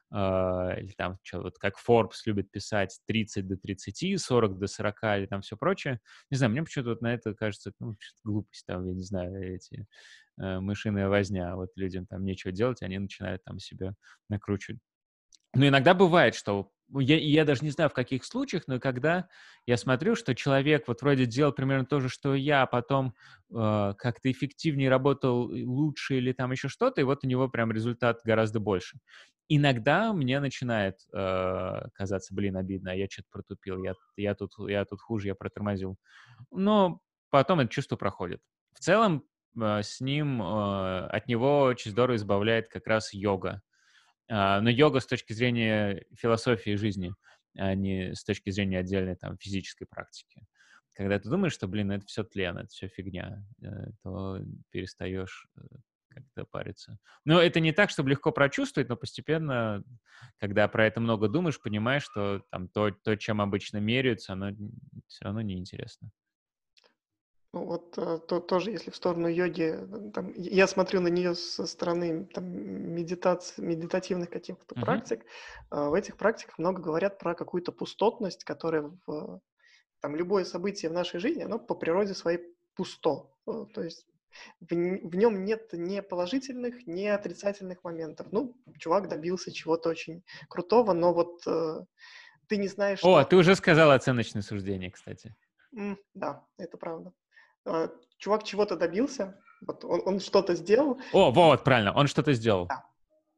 э, или там, что, вот как Forbes любит писать, тридцать до тридцати, сорок до сорока, или там все прочее. Не знаю, мне почему-то вот на это кажется, ну, глупость, там, я не знаю, эти э, мышиная возня. Вот людям там нечего делать, они начинают там себя накручивать. Но иногда бывает, что я, я даже не знаю, в каких случаях, но когда я смотрю, что человек вот вроде делал примерно то же, что и я, а потом э, как-то эффективнее работал, лучше или там еще что-то, и вот у него прям результат гораздо больше. Иногда мне начинает э, казаться, блин, обидно, я что-то протупил, я, я, тут, я тут хуже, я протормозил. Но потом это чувство проходит. В целом э, с ним, э, от него очень здорово избавляет как раз йога. Uh, но йога с точки зрения философии жизни, а не с точки зрения отдельной там физической практики. Когда ты думаешь, что, блин, это все тлен, это все фигня, то перестаешь как-то париться. Но это не так, чтобы легко прочувствовать, но постепенно, когда про это много думаешь, понимаешь, что там то, то чем обычно меряются, оно все равно неинтересно. Ну, вот э, то, тоже, если в сторону йоги, э, там, я смотрю на нее со стороны там, медитации, медитативных каких-то Мгм. практик, э, в этих практиках много говорят про какую-то пустотность, которая в там, любое событие в нашей жизни, оно по природе своей пусто. Э, То есть в, н- в нем нет ни положительных, ни отрицательных моментов. Ну, чувак добился чего-то очень крутого, но вот э, ты не знаешь, О, что... ты уже сказал оценочное суждение, кстати. М, да, это правда. Э, Чувак чего-то добился, вот он, он что-то сделал, О, вот, правильно, он что-то сделал. да.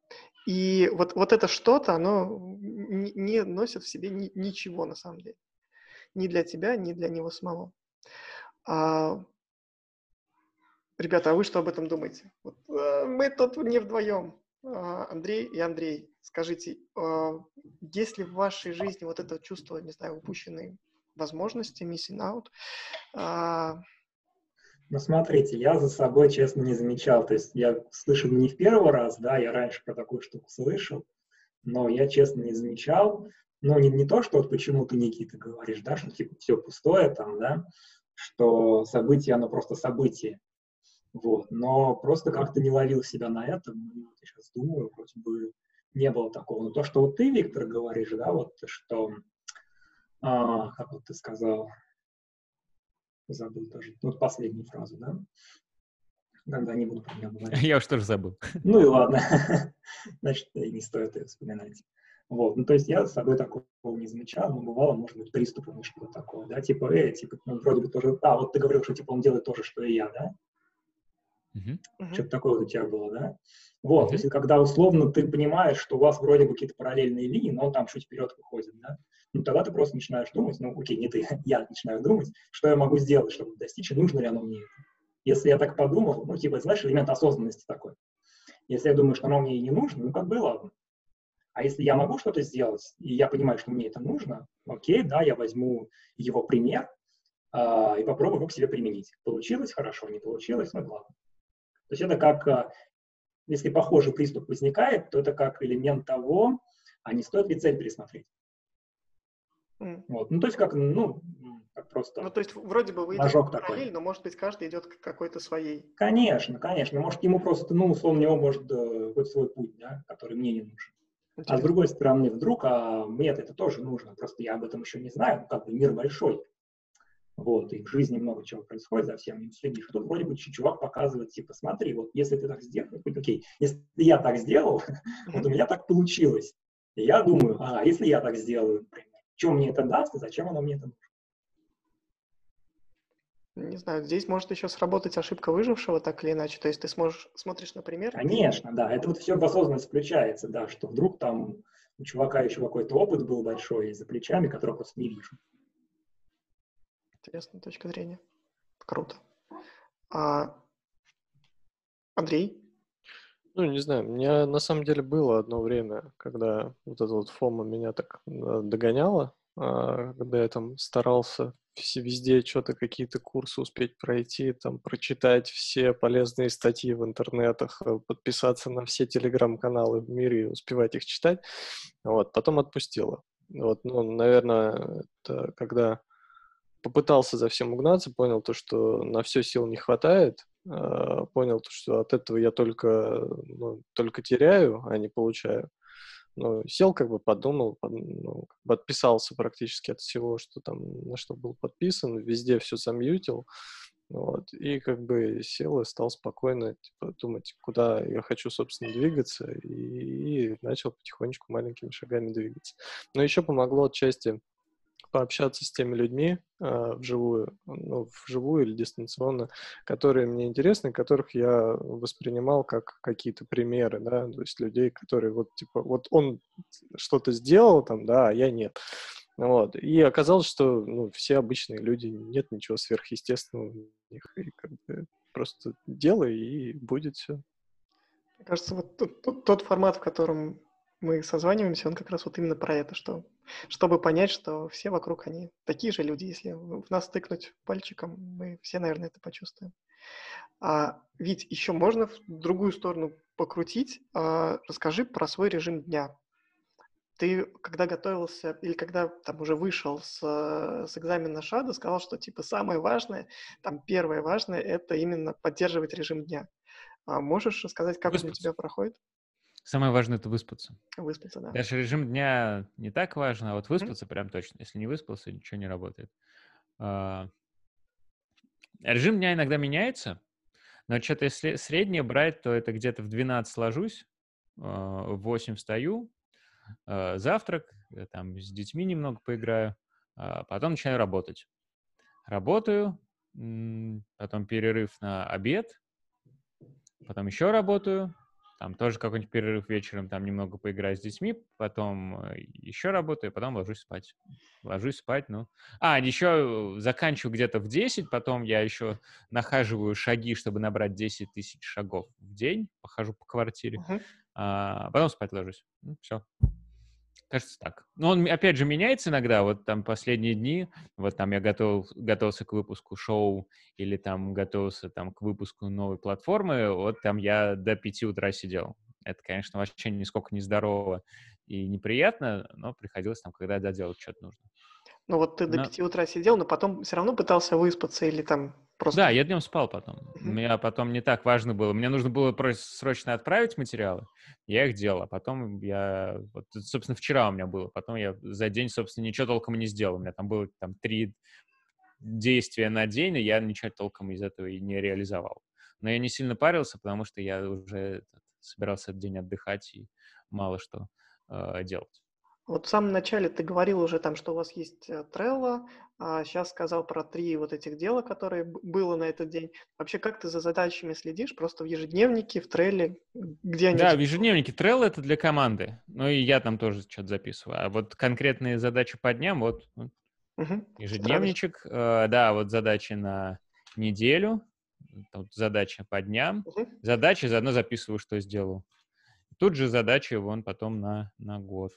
И вот, вот это что-то, оно не, не носит в себе ни- ничего на самом деле. Ни для тебя, ни для него самого. А, ребята, а вы что об этом думаете? Вот, э, мы тут не вдвоем. А, Андрей и Андрей, скажите, а, есть ли в вашей жизни вот это чувство, не знаю, упущенной возможности, missing out? А, Ну, смотрите, я за собой, честно, не замечал. То есть я слышу не в первый раз, да, я раньше про такую штуку слышал, но я, честно, не замечал. Ну, не, не то, что вот почему ты, Никита, говоришь, да, что типа все пустое там, да, что событие, оно просто событие. Вот, но просто как-то не ловил себя на этом. Ну, вот я сейчас думаю, вроде бы не было такого. Но то, что вот ты, Виктор, говоришь, да, вот что, а, как вот ты сказал, забыл тоже, вот последнюю фразу, да, когда не буду про нее говорить. Я уж тоже забыл. Ну и ладно, значит, и не стоит ее вспоминать. Вот, ну то есть я с собой такого не замечал, но бывало, может быть, приступы или что-то такое, да, типа, э, типа, ну, вроде бы тоже, а, вот ты говорил, что, типа, он делает то же, что и я, да, Мгм. мгм. что-то такое вот у тебя было, да, вот, Мгм. то есть когда условно ты понимаешь, что у вас вроде бы какие-то параллельные линии, но он там чуть вперед выходит, да, ну тогда ты просто начинаешь думать, ну окей, не ты, я начинаю думать, что я могу сделать, чтобы достичь, и нужно ли оно мне это. Если я так подумал, ну типа, знаешь, элемент осознанности такой. Если я думаю, что оно мне и не нужно, ну как бы ладно. А если я могу что-то сделать, и я понимаю, что мне это нужно, окей, да, я возьму его пример а, и попробую его к себе применить. Получилось хорошо, не получилось, ну ладно. То есть это как, а, если похожий приступ возникает, то это как элемент того, а не стоит ли цель пересмотреть. М. Вот. Ну то есть как, ну, как Ну, просто то есть вроде бы вы идете ожог по параллели, такой. но, может быть, каждый идет к какой-то своей. Конечно, конечно. Может, ему просто, ну, условно, у него может э, хоть свой путь, да, который мне не нужен. А с Интересно. другой стороны, вдруг, а мне это тоже нужно, просто я об этом еще не знаю, ну, как бы мир большой, вот, и в жизни много чего происходит, за всем не следишь. Тут вроде бы чувак показывает, типа, смотри, вот если ты так сделал, окей, если я так сделал, вот у Мгм. меня так получилось, и я думаю, а если я так сделаю, например, что мне это даст и зачем оно мне это нужно? Не знаю, здесь может еще сработать ошибка выжившего, так или иначе. То есть ты сможешь, смотришь на пример, ты... Конечно, да, это вот все в осознанность включается, да, что вдруг там у чувака еще какой-то опыт был большой за плечами, которого просто не вижу. Интересная точка зрения. Круто. А, Андрей? Ну, не знаю, у меня на самом деле было одно время, когда вот эта вот фома меня так э, догоняла, а, когда я там старался все, везде что-то, какие-то курсы успеть пройти, там, прочитать все полезные статьи в интернетах, э, подписаться на все телеграм-каналы в мире и успевать их читать. Вот, потом отпустила. Вот, ну, наверное, это когда попытался за всем угнаться, понял то, что на все сил не хватает, понял то, что от этого я только, ну, только теряю, а не получаю. ну, сел, как бы подумал, под- ну, как бы отписался практически от всего, что там, на что был подписан, везде все замьютил, вот, и как бы сел и стал спокойно типа, думать, куда я хочу, собственно, двигаться, и, и начал потихонечку маленькими шагами двигаться. Но еще помогло отчасти пообщаться с теми людьми э, вживую, ну, вживую или дистанционно, которые мне интересны, которых я воспринимал как какие-то примеры, да, то есть людей, которые вот, типа, вот он что-то сделал там, да, а я нет. Вот. И оказалось, что, ну, все обычные люди, нет ничего сверхъестественного в них, и как бы просто делай, и будет все. Мне кажется, вот тот, тот- тот формат, в котором мы созваниваемся, он как раз вот именно про это, что чтобы понять, что все вокруг, они такие же люди. Если в в нас тыкнуть пальчиком, мы все, наверное, это почувствуем. А, Вить, еще можно в другую сторону покрутить. А, расскажи про свой режим дня. Ты, когда готовился или когда там уже вышел с, э, с экзамена ШАДа, сказал, что типа самое важное, там первое важное, это именно поддерживать режим дня. А можешь рассказать, как он у Выспаться. тебя проходит? Самое важное — это выспаться. Выспаться, да. Даже режим дня не так важно, а вот Мгм. выспаться прям точно. Если не выспался, ничего не работает. А, Режим дня иногда меняется, но что-то если среднее брать, то это где-то в двенадцать ложусь, а, в восемь встаю, а, завтрак, э, там с детьми немного поиграю, а потом начинаю работать. Работаю, м, потом перерыв на обед, потом еще работаю, там тоже какой-нибудь перерыв вечером, там немного поиграю с детьми, потом э, еще работаю, потом ложусь спать. Ложусь спать, ну... А, еще заканчиваю где-то в десять, потом я еще нахаживаю шаги, чтобы набрать десять тысяч шагов в день, похожу по квартире, Мгм. а потом спать ложусь. Ну, все. Кажется, так. Но он, опять же, меняется иногда. Вот там последние дни, вот там я готов, готовился к выпуску шоу или там готовился там к выпуску новой платформы, вот там я до пяти утра сидел. Это, конечно, вообще нисколько не здорово и неприятно, но приходилось там, когда доделать что-то нужно. Ну вот ты до Но пяти утра сидел, но потом все равно пытался выспаться или там да, просто... я днем спал потом. Мгм. Мне потом не так важно было. Мне нужно было просто срочно отправить материалы. Я их делал, а потом я... Вот, собственно, вчера у меня было. Потом я за день, собственно, ничего толком и не сделал. У меня там было там три действия на день, и я ничего толком из этого и не реализовал. Но я не сильно парился, потому что я уже этот, собирался этот день отдыхать и мало что э, делать. Вот в самом начале ты говорил уже там, что у вас есть э, Trello, а сейчас сказал про три вот этих дела, которые б- было на этот день. Вообще, как ты за задачами следишь? Просто в ежедневнике, в Trello, где они у Да, в тебя? ежедневнике Trello — это для команды. Ну и я там тоже что-то записываю. А вот конкретные задачи по дням, вот, вот Мгм. Тетрадочка. ежедневничек, э, да, вот задачи на неделю, тут задачи по дням, Мгм. задачи, заодно записываю, что сделал. Тут же задачи вон потом на, на год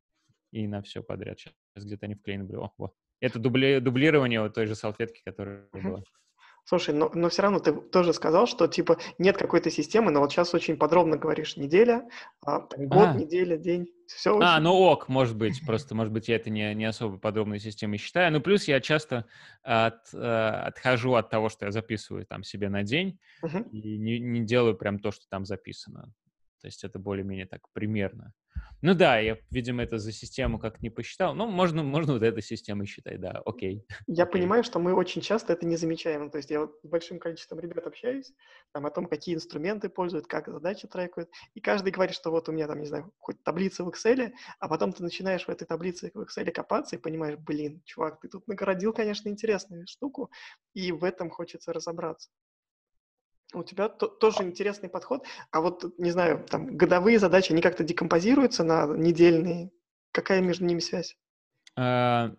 и на все подряд. Сейчас где-то они вклеены были. О, вот. Это дубли, дублирование вот той же салфетки, которая Мгм. была. Слушай, но, но все равно ты тоже сказал, что типа нет какой-то системы, но вот сейчас очень подробно говоришь неделя, а, там, год, А, неделя, день, все А, ну очень... ок, может быть, просто, может быть, я это не, не особо подробной системой считаю. Ну, плюс я часто от, э, отхожу от того, что я записываю там себе на день, Мгм. и не, не делаю прям то, что там записано. То есть это более-менее так примерно. Ну да, я, видимо, это за систему как не посчитал. Ну, можно, можно вот этой системой считать, да, окей, Я окей. понимаю, что мы очень часто это не замечаем. Ну, то есть я вот с большим количеством ребят общаюсь, там, о том, какие инструменты пользуют, как задачи трекают, и каждый говорит, что вот у меня там, не знаю, хоть таблица в Excel, а потом ты начинаешь в этой таблице в Excel копаться и понимаешь, блин, чувак, ты тут нагородил, конечно, интересную штуку, и в этом хочется разобраться. У тебя то- тоже интересный подход, а вот, не знаю, там, годовые задачи, они как-то декомпозируются на недельные? Какая между ними связь? А,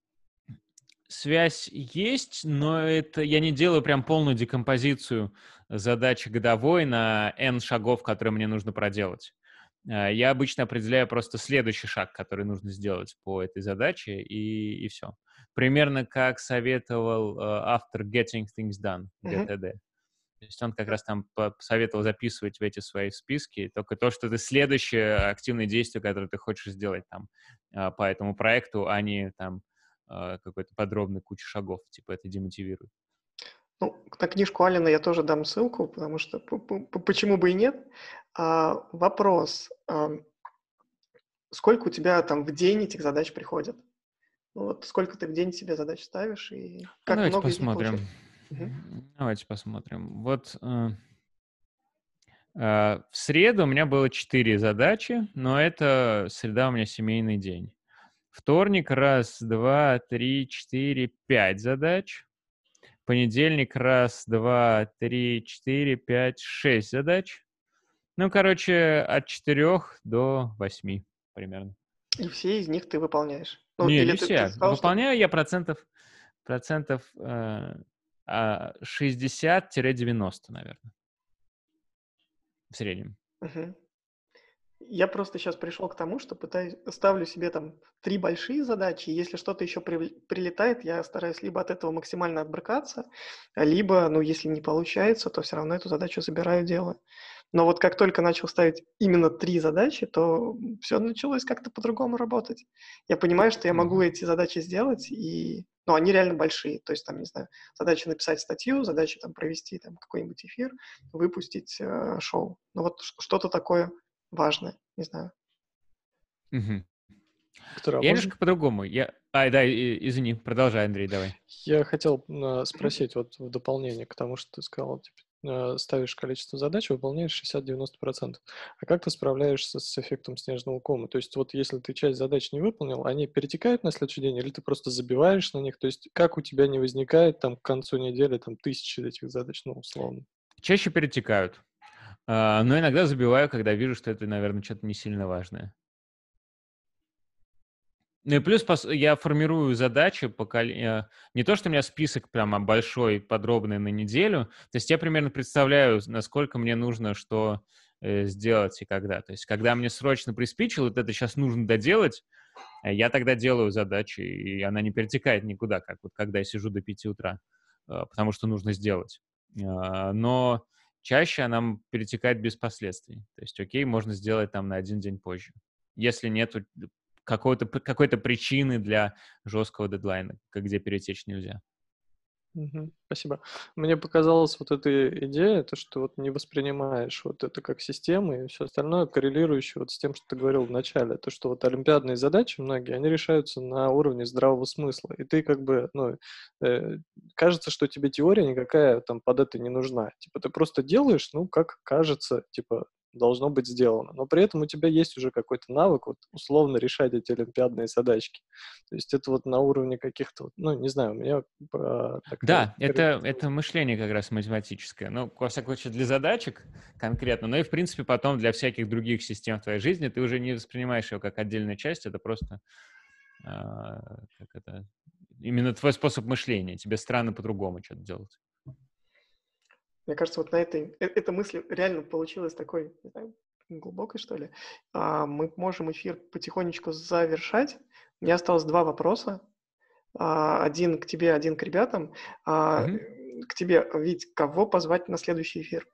Связь есть, но это я не делаю прям полную декомпозицию задачи годовой на N шагов, которые мне нужно проделать. А, Я обычно определяю просто следующий шаг, который нужно сделать по этой задаче, и, и все. Примерно как советовал э, автор Getting Things Done, Мгм. джи ти ди. То есть он как раз там по- посоветовал записывать в эти свои списки только то, что это следующее активное действие, которое ты хочешь сделать там а, по этому проекту, а не там а, какой-то подробной кучи шагов. Типа это демотивирует. Ну, на книжку Алина я тоже дам ссылку, потому что п- п- п- почему бы и нет. А, вопрос. А, сколько у тебя там в день этих задач приходит? Ну, вот сколько ты в день себе задач ставишь и Ну, как давайте много из них посмотрим. получается? Мгм. Давайте посмотрим. Вот э, э, в среду у меня было четыре задачи, но это среда у меня семейный день. Вторник — раз, два, три, четыре, пять задач. Понедельник — раз, два, три, четыре, пять, шесть задач. Ну, короче, от четырех до восьми примерно. И все из них ты выполняешь. Ну, Не, или не ты, ты все. сказал, что... Выполняю я процентов, процентов э, а, шестьдесят-девяносто, наверное, в среднем. Мгм. Я просто сейчас пришел к тому, что пытаюсь, ставлю себе там три большие задачи, и если что-то еще при- прилетает, я стараюсь либо от этого максимально отбрыкаться, либо, ну, если не получается, то все равно эту задачу забираю, делаю. Но вот как только начал ставить именно три задачи, то все началось как-то по-другому работать. Я понимаю, что я могу Мгм. эти задачи сделать, и, ну, они реально большие. То есть там, не знаю, задача написать статью, задача там провести там какой-нибудь эфир, выпустить э, шоу. Ну вот ш- что-то такое важное, не знаю. Мгм. Доктор, а Я можно? немножко по-другому. Я... Ай, да, и- извини, продолжай, Андрей, давай. Я хотел э, спросить вот в дополнение к тому, что ты сказал, типа, э, ставишь количество задач, выполняешь шестьдесят-девяносто процентов. А как ты справляешься с эффектом снежного кома? То есть вот если ты часть задач не выполнил, они перетекают на следующий день, или ты просто забиваешь на них? То есть как у тебя не возникает там к концу недели там тысячи этих задач, ну, условно? Чаще перетекают. А, но иногда забиваю, когда вижу, что это, наверное, что-то не сильно важное. Ну и плюс пос- я формирую задачи по кол- э, не то, что у меня список прямо большой, подробный на неделю. То есть я примерно представляю, насколько мне нужно что э, сделать и когда. То есть когда мне срочно приспичило, вот это сейчас нужно доделать, э, я тогда делаю задачи, и она не перетекает никуда, как вот когда я сижу до пяти утра, э, потому что нужно сделать. Э, Но чаще она м- перетекает без последствий. То есть, окей, можно сделать там на один день позже. Если нет какой-то, какой-то причины для жесткого дедлайна, как где перетечь нельзя. Мгм. Спасибо. Мне показалась вот эта идея, то, что вот не воспринимаешь вот это как систему и все остальное, коррелирующее вот с тем, что ты говорил в начале, то, что вот олимпиадные задачи многие, они решаются на уровне здравого смысла, и ты как бы, ну, э, кажется, что тебе теория никакая там под это не нужна, типа ты просто делаешь, ну, как кажется, типа должно быть сделано, но при этом у тебя есть уже какой-то навык вот условно решать эти олимпиадные задачки. То есть это вот на уровне каких-то, вот, ну, не знаю, у меня а, такая Да, это, это мышление как раз математическое. Ну, во всяком случае, для задачек конкретно, но и, в принципе, потом для всяких других систем в твоей жизни ты уже не воспринимаешь его как отдельную часть, это просто а, как это, именно твой способ мышления. Тебе странно по-другому что-то делать. Мне кажется, вот на этой, э- эта мысль реально получилась такой, не знаю, глубокой, что ли. А, мы можем эфир потихонечку завершать. У меня осталось два вопроса. А, один к тебе, один к ребятам. А, Мгм. э, к тебе, Вить, кого позвать на следующий эфир?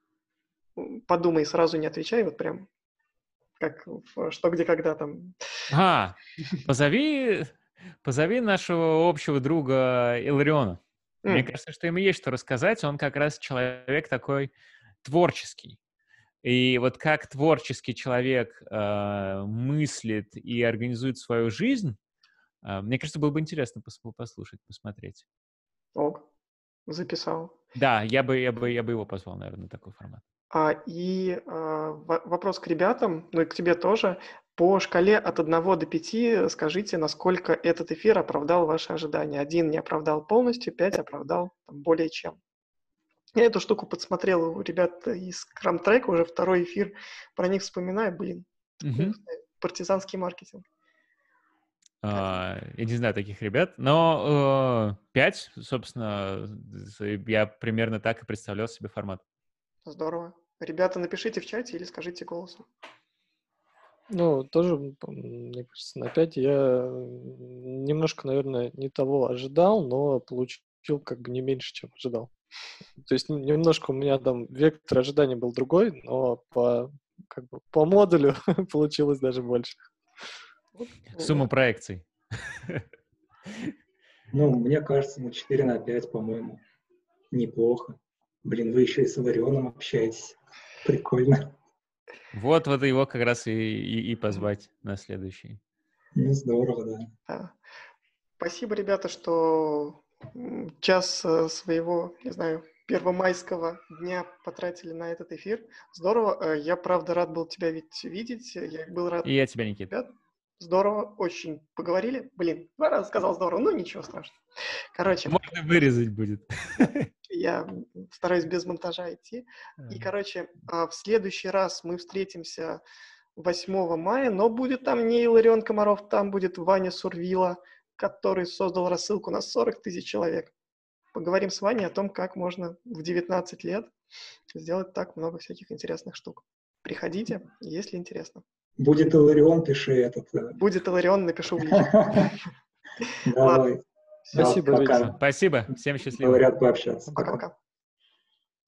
М, Подумай, сразу не отвечай, вот прям как в «Что, где, когда» там. А, позови, позови нашего общего друга Илариона. Мне М, кажется, что ему есть что рассказать. Он как раз человек такой творческий. И вот как творческий человек э, мыслит и организует свою жизнь, э, мне кажется, было бы интересно пос- послушать, посмотреть. Ок, записал. Да, я бы, я бы, я бы его позвал, наверное, на такой формат. А, и а, во- вопрос к ребятам, ну и к тебе тоже. По шкале от одного до пяти скажите, насколько этот эфир оправдал ваши ожидания. Один не оправдал полностью, пять оправдал там, более чем. Я эту штуку подсмотрел у ребят из Крамтрека, уже второй эфир про них вспоминаю. Блин, Мгм. вкусный партизанский маркетинг. Как вам? А, я не знаю таких ребят, но э, пять, собственно, з- я примерно так и представлял себе формат. Здорово. Ребята, напишите в чате или скажите голосом. Ну, тоже, м, м, мне кажется, на пять я м, немножко, наверное, не того ожидал, но получил как бы не меньше, чем ожидал. То есть н- немножко у меня там вектор ожиданий был другой, но по, как бы, по модулю получилось даже больше. Вот, Сумма да. проекций. Ну, мне кажется, на четыре на пять, по-моему, неплохо. Блин, вы еще и с Иларионом общаетесь. Прикольно. Вот, вот его как раз и, и, и позвать на следующий. Ну, здорово, да. Да. Спасибо, ребята, что час своего, не знаю, первомайского дня потратили на этот эфир. Здорово. Я, правда, рад был тебя ведь видеть. Я был рад... И я тебя, Никит. Ребят, здорово. Очень поговорили. Блин, два раза сказал здорово. Ну, ничего страшного. Короче. Можно вырезать будет. Я стараюсь без монтажа идти. И, короче, в следующий раз мы встретимся восьмого мая, но будет там не Иларион Комаров, там будет Ваня Сурвила, который создал рассылку на сорок тысяч человек. Поговорим с Ваней о том, как можно в девятнадцать лет сделать так много всяких интересных штук. Приходите, если интересно. Будет Иларион, пиши этот. Будет Иларион, напишу в личку. Давай. Спасибо, пока. Спасибо. Всем счастливо. Говорят, пообщаться. Пока-пока.